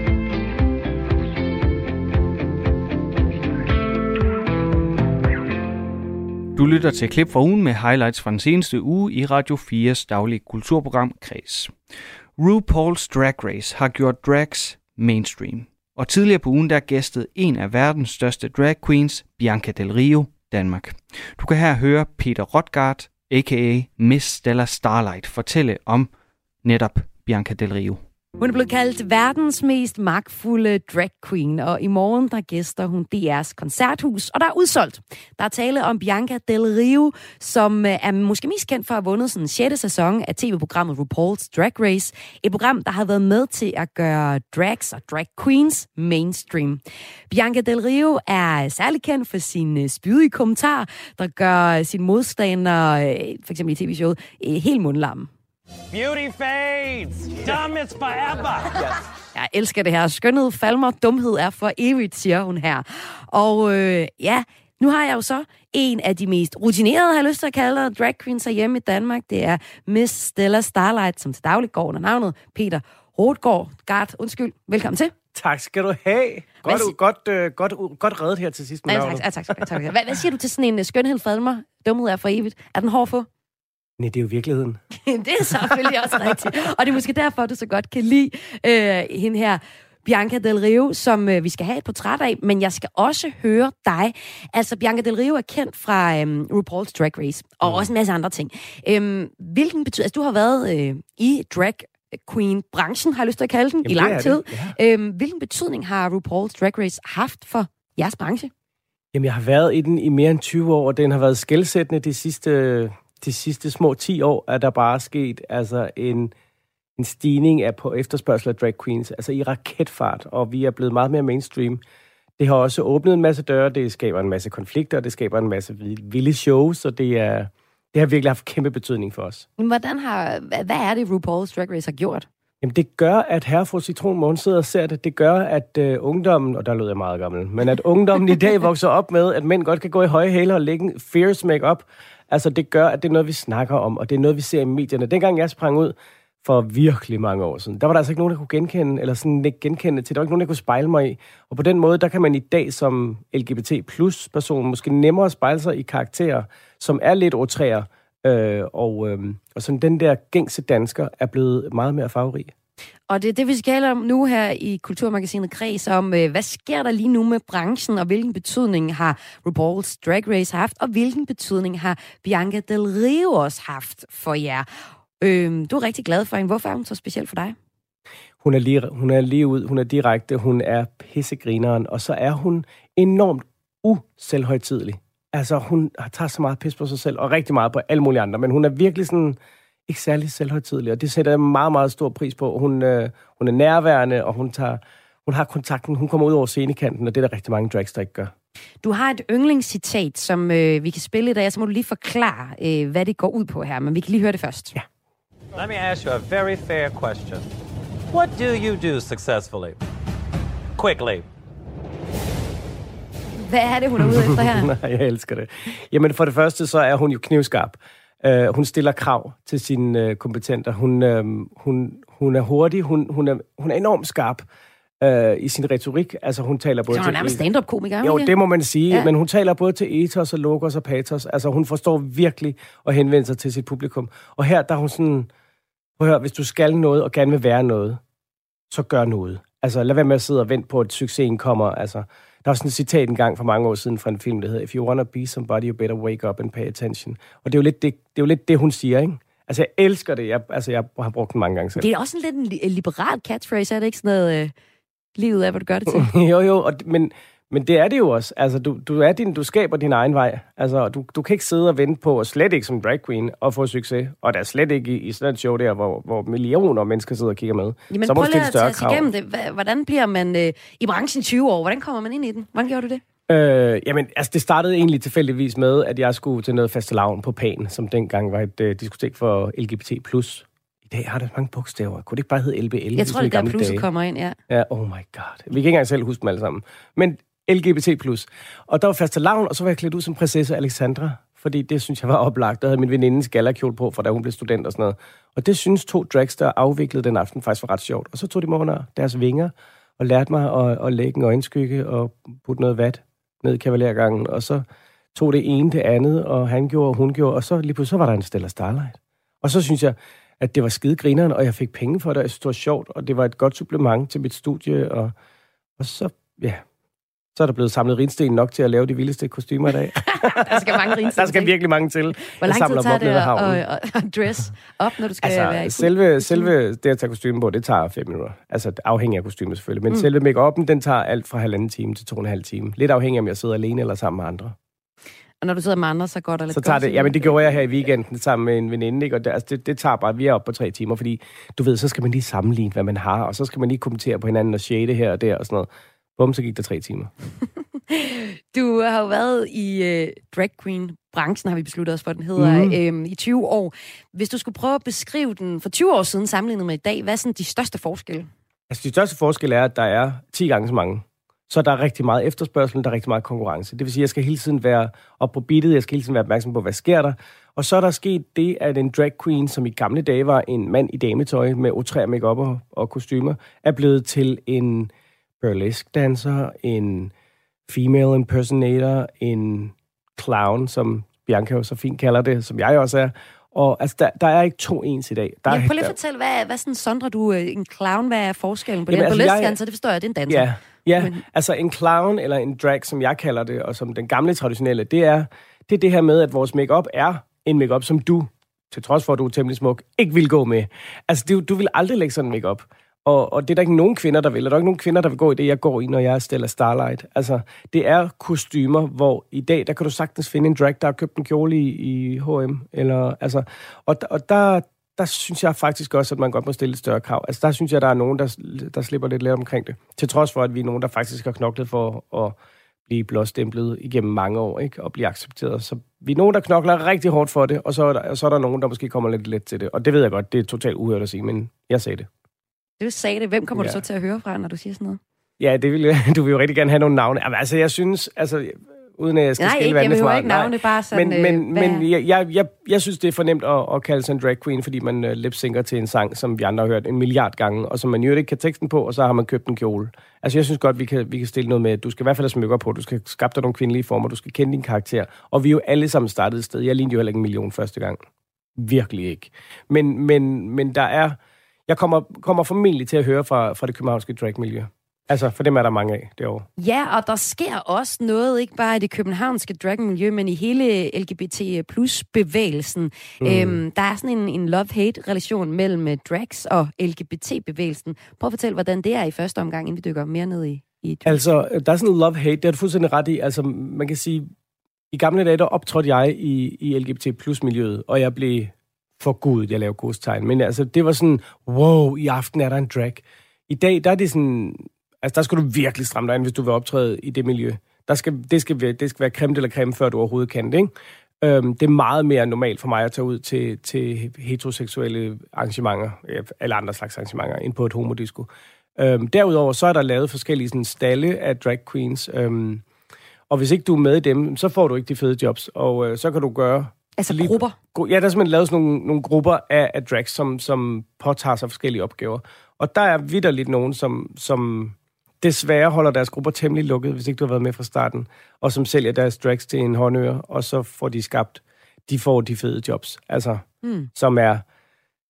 Du lytter til klip fra ugen med highlights fra den seneste uge i Radio 4's daglige kulturprogram Kreds. RuPaul's Drag Race har gjort drags mainstream. Og tidligere på ugen der gæstede en af verdens største drag queens, Bianca Del Rio, Danmark. Du kan her høre Peter Rotgart, a.k.a. Miss Stella Starlight, fortælle om netop Bianca Del Rio. Hun er blevet kaldt verdens mest magtfulde drag queen, og i morgen der gæster hun DR's koncerthus, og der er udsolgt. Der er tale om Bianca Del Rio, som er måske mest kendt for at have vundet sådan 6. sæson af tv-programmet RuPaul's Drag Race. Et program, der har været med til at gøre drags og drag queens mainstream. Bianca Del Rio er særlig kendt for sin spydige kommentar, der gør sin modstander, for eksempel i tv-showet, helt mundlamme. Beauty fades. Dumb is forever. Yes. Jeg elsker det her. Skønhed falmer, dumhed er for evigt, siger hun her. Og nu har jeg jo så en af de mest rutinerede, har jeg lyst til at kalde det, drag queens hjemme i Danmark. Det er Miss Stella Starlight, som til daglig går under navnet Peter Rotgart. Undskyld, velkommen til. Tak skal du have. Godt reddet her til sidst med navnet. Tak. Hvad siger du til sådan en skønhed falmer, dumhed er for evigt? Er den hård for? Nej, det er jo virkeligheden. Det er selvfølgelig også rigtigt. Og det er måske derfor, at du så godt kan lide hende her, Bianca Del Rio, som vi skal have et portræt af, men jeg skal også høre dig. Altså, Bianca Del Rio er kendt fra RuPaul's Drag Race, og også en masse andre ting. Hvilken betydning... Altså, du har været i drag queen-branchen, har jeg lyst til at kalde den, i lang tid. Ja. Hvilken betydning har RuPaul's Drag Race haft for jeres branche? Jamen, jeg har været i den i mere end 20 år, og den har været skelsættende de sidste små 10 år, er der bare sket altså en stigning på efterspørgsel af drag queens, altså i raketfart, og vi er blevet meget mere mainstream. Det har også åbnet en masse døre, det skaber en masse konflikter, det skaber en masse vilde shows, og det har virkelig haft kæmpe betydning for os. Hvad er det, RuPaul's Drag Race har gjort? Jamen, det gør, at herre fru Citron Måne sidder og ser det. Det gør, at ungdommen, og der lød jeg meget gammel, men at ungdommen i dag vokser op med, at mænd godt kan gå i høje hæle og lægge en fierce make-up. Altså, det gør, at det er noget, vi snakker om, og det er noget, vi ser i medierne. Dengang jeg sprang ud for virkelig mange år siden, der var der altså ikke nogen, der kunne genkende, eller sådan ikke genkende til. Der var ikke nogen, der kunne spejle mig i. Og på den måde, der kan man i dag som LGBT+-person måske nemmere spejle sig i karakterer, som er lidt outræer, og sådan den der gængse dansker er blevet meget mere farverig. Og det er det, vi skal tale om nu her i Kulturmagasinet Kreds, om hvad sker der lige nu med branchen, og hvilken betydning har RuPaul's Drag Race haft, og hvilken betydning har Bianca Del Rio også haft for jer. Du er rigtig glad for hende. Hvorfor er hun så speciel for dig? Hun er lige ud, hun er direkte, hun er pissegrineren, og så er hun enormt uselvhøjtidelig. Altså, hun tager så meget pis på sig selv, og rigtig meget på alle mulige andre, men hun er virkelig sådan ikke særlig selvhøjtidelig, og det sætter jeg meget, meget stor pris på. Hun er nærværende, og hun har kontakten, hun kommer ud over scenekanten, og det er der rigtig mange drags, der ikke gør. Du har et yndlingscitat, som vi kan spille i dag, så må du lige forklare, hvad det går ud på her, men vi kan lige høre det først. Ja. Let me ask you a very fair question. What do you do successfully? Quickly. Hvad er det, hun er ude efter her? Nej, jeg elsker det. Jamen, for det første, så er hun jo knivskarp. Hun stiller krav til sine kompetenter. Hun er hurtig. Hun er enormt skarp i sin retorik. Altså, hun taler både til... Så hun er nærmest stand-up-komiker, jo, det må man sige. Ja. Men hun taler både til ethos og logos og pathos. Altså, hun forstår virkelig at henvende sig til sit publikum. Og her, der er hun sådan... Prøv at høre, hvis du skal noget og gerne vil være noget, så gør noget. Altså, lad være med at sidde og vente på, at succesen kommer. Altså, der var sådan et citat engang for mange år siden fra en film, der hedder If you wanna be somebody, you better wake up and pay attention. Og det er jo lidt det, hun siger, ikke? Altså, jeg elsker det. Jeg har brugt den mange gange selv. Det er også en lidt en liberal catchphrase, er det ikke sådan noget livet af, hvad du gør det til? jo, men det er det jo også. Altså, du skaber din egen vej. Altså, du kan ikke sidde og vente på, og slet ikke som drag queen, og få succes. Og der er slet ikke i sådan et show der, hvor millioner af mennesker sidder og kigger med. Jamen, så må prøv lige at tage os igennem det. Hvordan bliver man i branchen 20 år? Hvordan kommer man ind i den? Hvordan gjorde du det? Jamen, altså, det startede egentlig tilfældigvis med, at jeg skulle til noget fastelavn på Pan, som dengang var et diskotek for LGBT+. I dag har det mange bogstaver. Kunne det ikke bare hedde LBL? Jeg tror, det der plusset kommer ind, ja. Ja, oh my god. Vi kan ikke engang selv huske dem alle sammen. Men LGBT+. Og der var fastelavn, og så var jeg klædt ud som prinsesse Alexandra, fordi det synes jeg var oplagt. Der havde min venindes galakjole på, for da hun blev student og sådan noget. Og det synes 2 drags, der afviklede den aften, faktisk var ret sjovt. Og så tog de mig under deres vinger og lærte mig at lægge en øjenskygge og putte noget vat ned i kavalergangen. Og så tog det ene det andet, og han gjorde, og hun gjorde, og så lige pludselig så var der en Stella Starlight. Og så synes jeg, at det var skide grineren, og jeg fik penge for det, og jeg synes, det var sjovt, og det var et godt supplement til mit studie, og så, ja, så er der blevet samlet rinsten nok til at lave de vildeste kostymer i dag. Der skal mange rinsten. Der skal virkelig mange til. Hvor lang tid tager det at dress op, når du skal være i selve det at tage kostymen på, det tager 5 minutter. Altså afhængig af kostymet selvfølgelig. Men selve make-up'en, den tager alt fra 1,5 time til 2,5 time. Lidt afhængig af, om jeg sidder alene eller sammen med andre. Og når du sidder med andre, så går der lidt så tager det, jamen det gjorde jeg her i weekenden sammen med en veninde, ikke? Og det tager bare, vi er oppe på 3 timer, fordi du ved, så skal man lige sammenligne, hvad man har, og så skal man lige kommentere på hinanden og shade her og der og sådan noget. Bum, så gik der 3 timer. Du har jo været i drag queen-branchen, har vi besluttet os for, den hedder, i 20 år. Hvis du skulle prøve at beskrive den for 20 år siden sammenlignet med i dag, hvad er sådan de største forskelle? Altså de største forskelle er, at der er 10 gange så mange. Så der er rigtig meget efterspørgsel, der er rigtig meget konkurrence. Det vil sige, at jeg skal hele tiden være op på beatet, jeg skal hele tiden være opmærksom på, hvad sker der. Og så er der sket det, at en drag queen, som i gamle dage var en mand i dametøj med outré make-up og kostymer, er blevet til en burlesque danser, en female impersonator, en clown, som Bianca jo så fint kalder det, som jeg også er. Og altså, der er ikke 2 ens i dag. Prøv lige at fortælle, hvad sådan sondrer du en clown? Hvad er forskellen på det? En burlesque danser, det forstår jeg, det er en danser. Ja, altså en clown eller en drag, som jeg kalder det, og som den gamle traditionelle, det er det her med, at vores make-up er en make-up, som du, til trods for, at du er temmelig smuk, ikke vil gå med. Altså, du vil aldrig lægge sådan en make-up. Og det er der ikke nogen kvinder, der vil. Og der er ikke nogen kvinder, der vil gå i det, jeg går i, når jeg er Stella Starlight. Altså, det er kostymer, hvor i dag, der kan du sagtens finde en drag, der har købt en kjole i H&M. Eller, altså, og der synes jeg faktisk også, at man godt må stille et større krav. Altså, der synes jeg, der er nogen, der slipper lidt omkring det. Til trods for, at vi er nogen, der faktisk har knoklet for at blive blåstemplet igennem mange år, ikke? Og blive accepteret. Så vi er nogen, der knokler rigtig hårdt for det, og så er der nogen, der måske kommer lidt let til det. Og det ved jeg godt, det er totalt uhørt at sige, men jeg sagde det. Du sagde det. Hvem kommer du så til at høre fra, når du siger sådan noget? Ja, du vil jo rigtig gerne have nogle navne. Altså, jeg synes, uden at jeg skal skille vandene for ikke navne, bare sådan... Men jeg synes, det er for nemt at kalde sig en drag queen, fordi man lip-synker til en sang, som vi andre har hørt 1 milliard gange, og som man jo ikke kan teksten på, og så har man købt en kjole. Altså, jeg synes godt, vi kan stille noget med, at du skal i hvert fald have smykker på, du skal skabe dig nogle kvindelige former, du skal kende din karakter, og vi er jo alle sammen startet et sted. Jeg lignede jo heller ikke 1 million første gang. Virkelig ikke. Men der er... Jeg kommer formentlig til at høre fra det københavnske drag-miljø. Altså, for dem er der mange af derovre. Ja, og der sker også noget, ikke bare i det københavnske drag-miljø, men i hele LGBT+-bevægelsen. Der er sådan en love-hate-relation mellem drags og LGBT-bevægelsen. Prøv at fortælle, hvordan det er i første omgang, inden vi dykker mere ned i drag. Altså, der er sådan en love-hate, det er du fuldstændig ret i. Altså, man kan sige, i gamle dage, der optrådte jeg i LGBT+-miljøet, og jeg blev for Gud, jeg laver godstegn. Men altså, det var sådan, wow, i aften er der en drag. I dag, der er det sådan, altså der skal du virkelig stramme dig ind, hvis du vil optræde i det miljø. Det skal være creme eller creme, før du overhovedet kan det, ikke? Det er meget mere normalt for mig at tage ud til heteroseksuelle arrangementer, eller andre slags arrangementer, end på et homodisco. Derudover, så er der lavet forskellige sådan, stalle af drag queens, og hvis ikke du er med i dem, så får du ikke de fede jobs, og så kan du gøre... Altså grupper? Ja, der er simpelthen lavet sådan nogle grupper af drags, som påtager sig forskellige opgaver. Og der er vitterligt nogen, som desværre holder deres grupper temmelig lukket, hvis ikke du har været med fra starten, og som sælger deres drags til en håndøre, og så får de skabt, de får de fede jobs. Altså, som er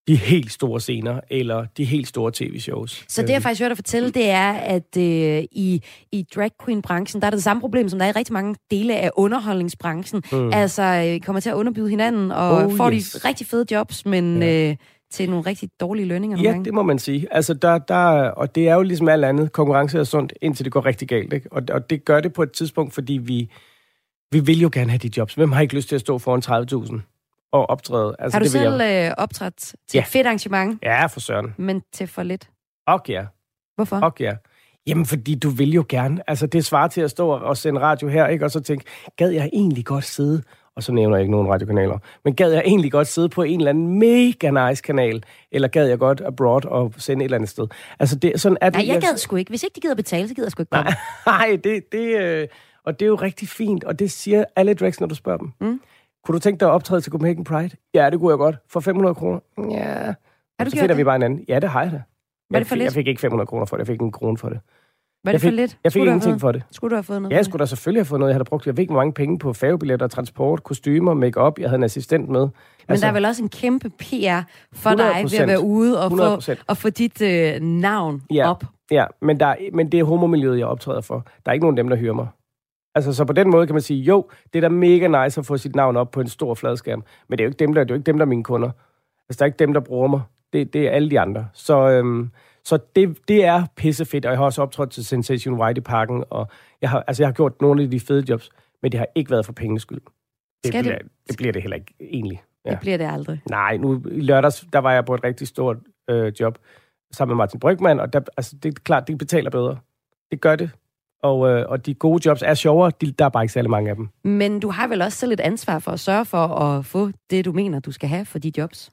de helt store scener, eller de helt store tv-shows. Så det, jeg faktisk hørte dig fortælle, det er, at i drag queen-branchen, der er det samme problem, som der er i rigtig mange dele af underholdningsbranchen. Altså, kommer til at underbyde hinanden, og får de rigtig fede jobs, men til nogle rigtig dårlige lønninger. Ja, det må man sige. Altså, og det er jo ligesom alt andet. Konkurrence er sundt, indtil det går rigtig galt. Ikke? Og det gør det på et tidspunkt, fordi vi vil jo gerne have de jobs. Hvem har ikke lyst til at stå foran 30.000? Og optræde. Altså, har du selv optrådt til et fedt arrangement? Ja, for søren. Men til for lidt? Ja. Hvorfor? Ja. Jamen, fordi du vil jo gerne. Altså, det svarer til at stå og sende radio her, ikke? Og så tænke, gad jeg egentlig godt sidde, og så nævner jeg ikke nogen radiokanaler, men gad jeg egentlig godt sidde på en eller anden mega nice kanal, eller gad jeg godt abroad og sende et eller andet sted? Altså, sådan er det. Nej, jeg gad sgu ikke. Hvis ikke de gider betale, så gider jeg sgu ikke komme. Nej, og det er jo rigtig fint, og det siger alle drags, når du spørger dem. Kunne du tænke dig at optræde til Copenhagen Pride? Ja, det kunne jeg godt. For 500 kroner? Ja. Har du så finder vi bare en anden. Ja, det har jeg da. Var det for lidt? Jeg fik ikke 500 kroner for det. Jeg fik en krone for det. Var det for lidt? Jeg fik ingenting for det. Skulle du have fået noget? Ja, jeg skulle da selvfølgelig have fået noget. Jeg havde brugt, jeg fik mange penge på færgebilletter, transport, kostymer, make-up. Jeg havde en assistent med. Men der er vel også en kæmpe PR for dig ved at være ude og få dit navn op. Ja, men det er homomiljøet, jeg optræder for. Der er ikke nogen af dem, der hyrer mig. Altså, så på den måde kan man sige, jo, det er da mega nice at få sit navn op på en stor fladskærm, men det er jo ikke dem, der er mine kunder. Altså, der er ikke dem, der bruger mig. Det er alle de andre. Så det er pissefedt, og jeg har også optrådt til Sensation White i Parken, og jeg har gjort nogle af de fede jobs, men det har ikke været for pengenes skyld. Det bliver det heller ikke egentlig. Ja. Det bliver det aldrig. Nej, nu i lørdags, der var jeg på et rigtig stort job sammen med Martin Brygmann, og det er klart, det betaler bedre. Det gør det. Og de gode jobs er sjovere, der er bare ikke særlig mange af dem. Men du har vel også selv et ansvar for at sørge for at få det, du mener, du skal have for de jobs?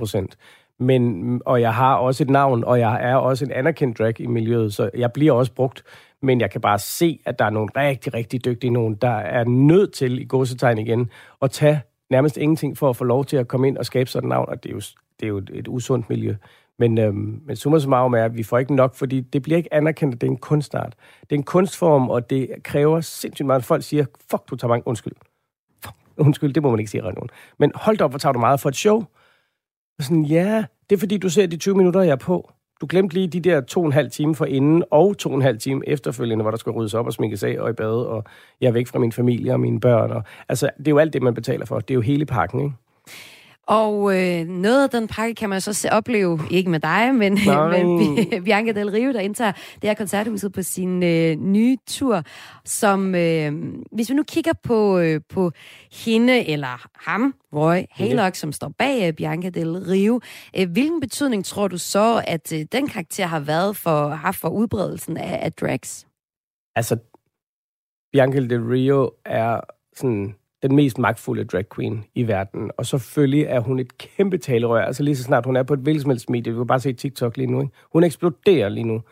100%. Og jeg har også et navn, og jeg er også en anerkendt drag i miljøet, så jeg bliver også brugt. Men jeg kan bare se, at der er nogle rigtig, rigtig dygtige nogen, der er nødt til, i gåsetegn igen, at tage nærmest ingenting for at få lov til at komme ind og skabe sådan et navn, og det er jo et usundt miljø. Men summa summarum er, at vi får ikke nok, fordi det bliver ikke anerkendt, at det er en kunstart. Det er en kunstform, og det kræver sindssygt meget. Folk siger, fuck, du tager mange... Undskyld, det må man ikke sige ret nogen. Men hold da op, hvor tager du meget for et show? Og sådan, ja, det er fordi, du ser de 20 minutter, jeg er på. Du glemte lige de der 2,5 timer forinden, og 2,5 timer efterfølgende, hvor der skal ryddes op og sminkes af og i bade, og jeg er væk fra min familie og mine børn. Og, altså, det er jo alt det, man betaler for. Det er jo hele pakken, ikke? Og noget af den pakke kan man så opleve, ikke med dig, men Bianca Del Rio, der indtager det her koncerthuset på sin nye tur, som, hvis vi nu kigger på hende eller ham, Roy Haylock, som står bag Bianca Del Rio, hvilken betydning tror du så, at den karakter har været for udbredelsen af drags? Altså, Bianca Del Rio er sådan... den mest magtfulde drag queen i verden. Og selvfølgelig er hun et kæmpe talerør. Altså lige så snart hun er på et hvilket som helst medie. Vi kan bare se TikTok lige nu. Ikke? Hun eksploderer lige nu.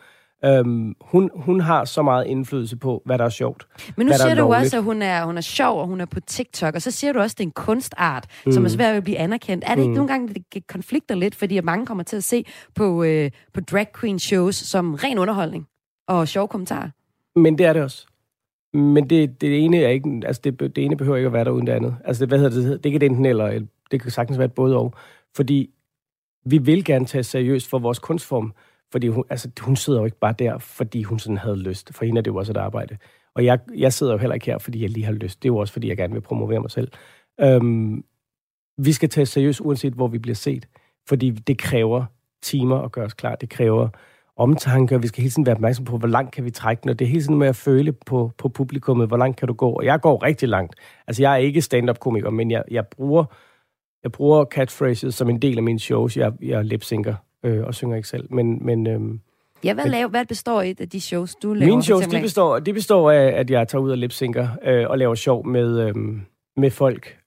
Hun har så meget indflydelse på, hvad der er sjovt. Men nu siger du også, at hun er sjov, og hun er på TikTok. Og så siger du også, at det er en kunstart, som er svært at blive anerkendt. Er det ikke nogle gange, det konflikter lidt, fordi at mange kommer til at se på drag queen shows som ren underholdning og sjove kommentarer? Men det er det også. Men det ene er ikke, altså det ene behøver ikke at være der uden det andet. Altså det er ikke et enten eller, det kan sagtens være et både og. Fordi vi vil gerne tage seriøst for vores kunstform, fordi hun sidder jo ikke bare der, fordi hun sådan havde lyst. For hende er det jo også et arbejde. Og jeg sidder jo heller ikke her, fordi jeg lige har lyst. Det er jo også, fordi jeg gerne vil promovere mig selv. Vi skal tage seriøst, uanset hvor vi bliver set. Fordi det kræver timer at gøre os klar. Det kræver omtanke, og vi skal hele tiden være opmærksom på, hvor langt kan vi trække den, og det er hele tiden med at føle på publikummet, hvor langt kan du gå, og jeg går rigtig langt. Altså, jeg er ikke stand-up-komiker, men jeg bruger catchphrases som en del af mine shows. Jeg lip-synker og synger ikke selv, men hvad består et af de shows, du laver? Mine shows, de består af, at jeg tager ud og lip-synker og laver sjov med folk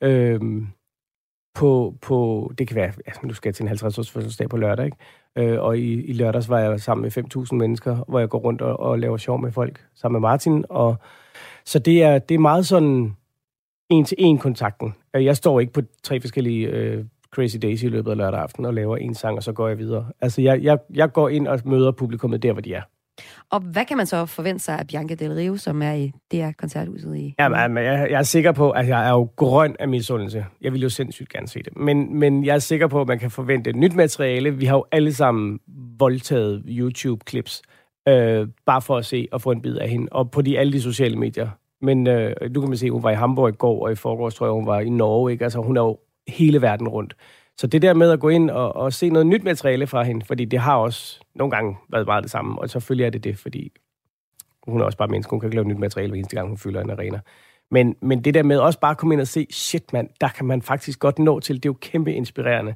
på det kan være, altså, nu skal jeg til en 50-års fødselsdag på lørdag, ikke? Og i lørdags var jeg sammen med 5.000 mennesker, hvor jeg går rundt og laver sjov med folk sammen med Martin. Og så det er meget sådan en-til-en kontakten. Jeg står ikke på 3 forskellige Crazy Days i løbet af lørdag aften og laver en sang, og så går jeg videre. Altså jeg går ind og møder publikummet der, hvor de er. Og hvad kan man så forvente sig af Bianca Del Rio, som er i DR Koncerthuset i... Jamen, jeg er sikker på, at jeg er jo grøn af misundelse. Jeg vil jo sindssygt gerne se det. Men jeg er sikker på, at man kan forvente et nyt materiale. Vi har jo alle sammen voldtaget YouTube-clips, bare for at se og få en bid af hende. Og på alle de sociale medier. Men nu kan man se, at hun var i Hamburg i går, og i forgårs tror jeg, hun var i Norge. Ikke? Altså, hun er jo hele verden rundt. Så det der med at gå ind og se noget nyt materiale fra hende, fordi det har også nogle gange været meget det samme, og selvfølgelig er det, fordi hun er også bare menneske, hun kan ikke lave nyt materiale hver eneste gang, hun fylder en arena. Men det der med også bare at komme ind og se, shit mand, der kan man faktisk godt nå til, det er jo kæmpe inspirerende.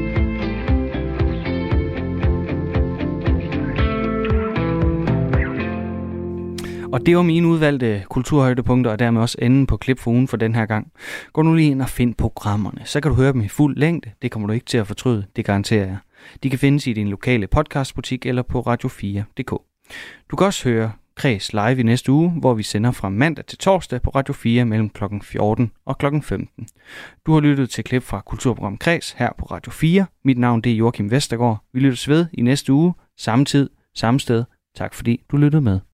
Og det var mine udvalgte kulturhøjdepunkter, og dermed også enden på klip for ugen for den her gang. Gå nu lige ind og find programmerne, så kan du høre dem i fuld længde. Det kommer du ikke til at fortryde, det garanterer jeg. De kan findes i din lokale podcastbutik eller på radio4.dk. Du kan også høre Kreds live i næste uge, hvor vi sender fra mandag til torsdag på Radio 4 mellem kl. 14 og kl. 15. Du har lyttet til klip fra Kulturprogram Kreds her på Radio 4. Mit navn det er Joachim Vestergaard. Vi lyttes ved i næste uge, samme tid, samme sted. Tak fordi du lyttede med.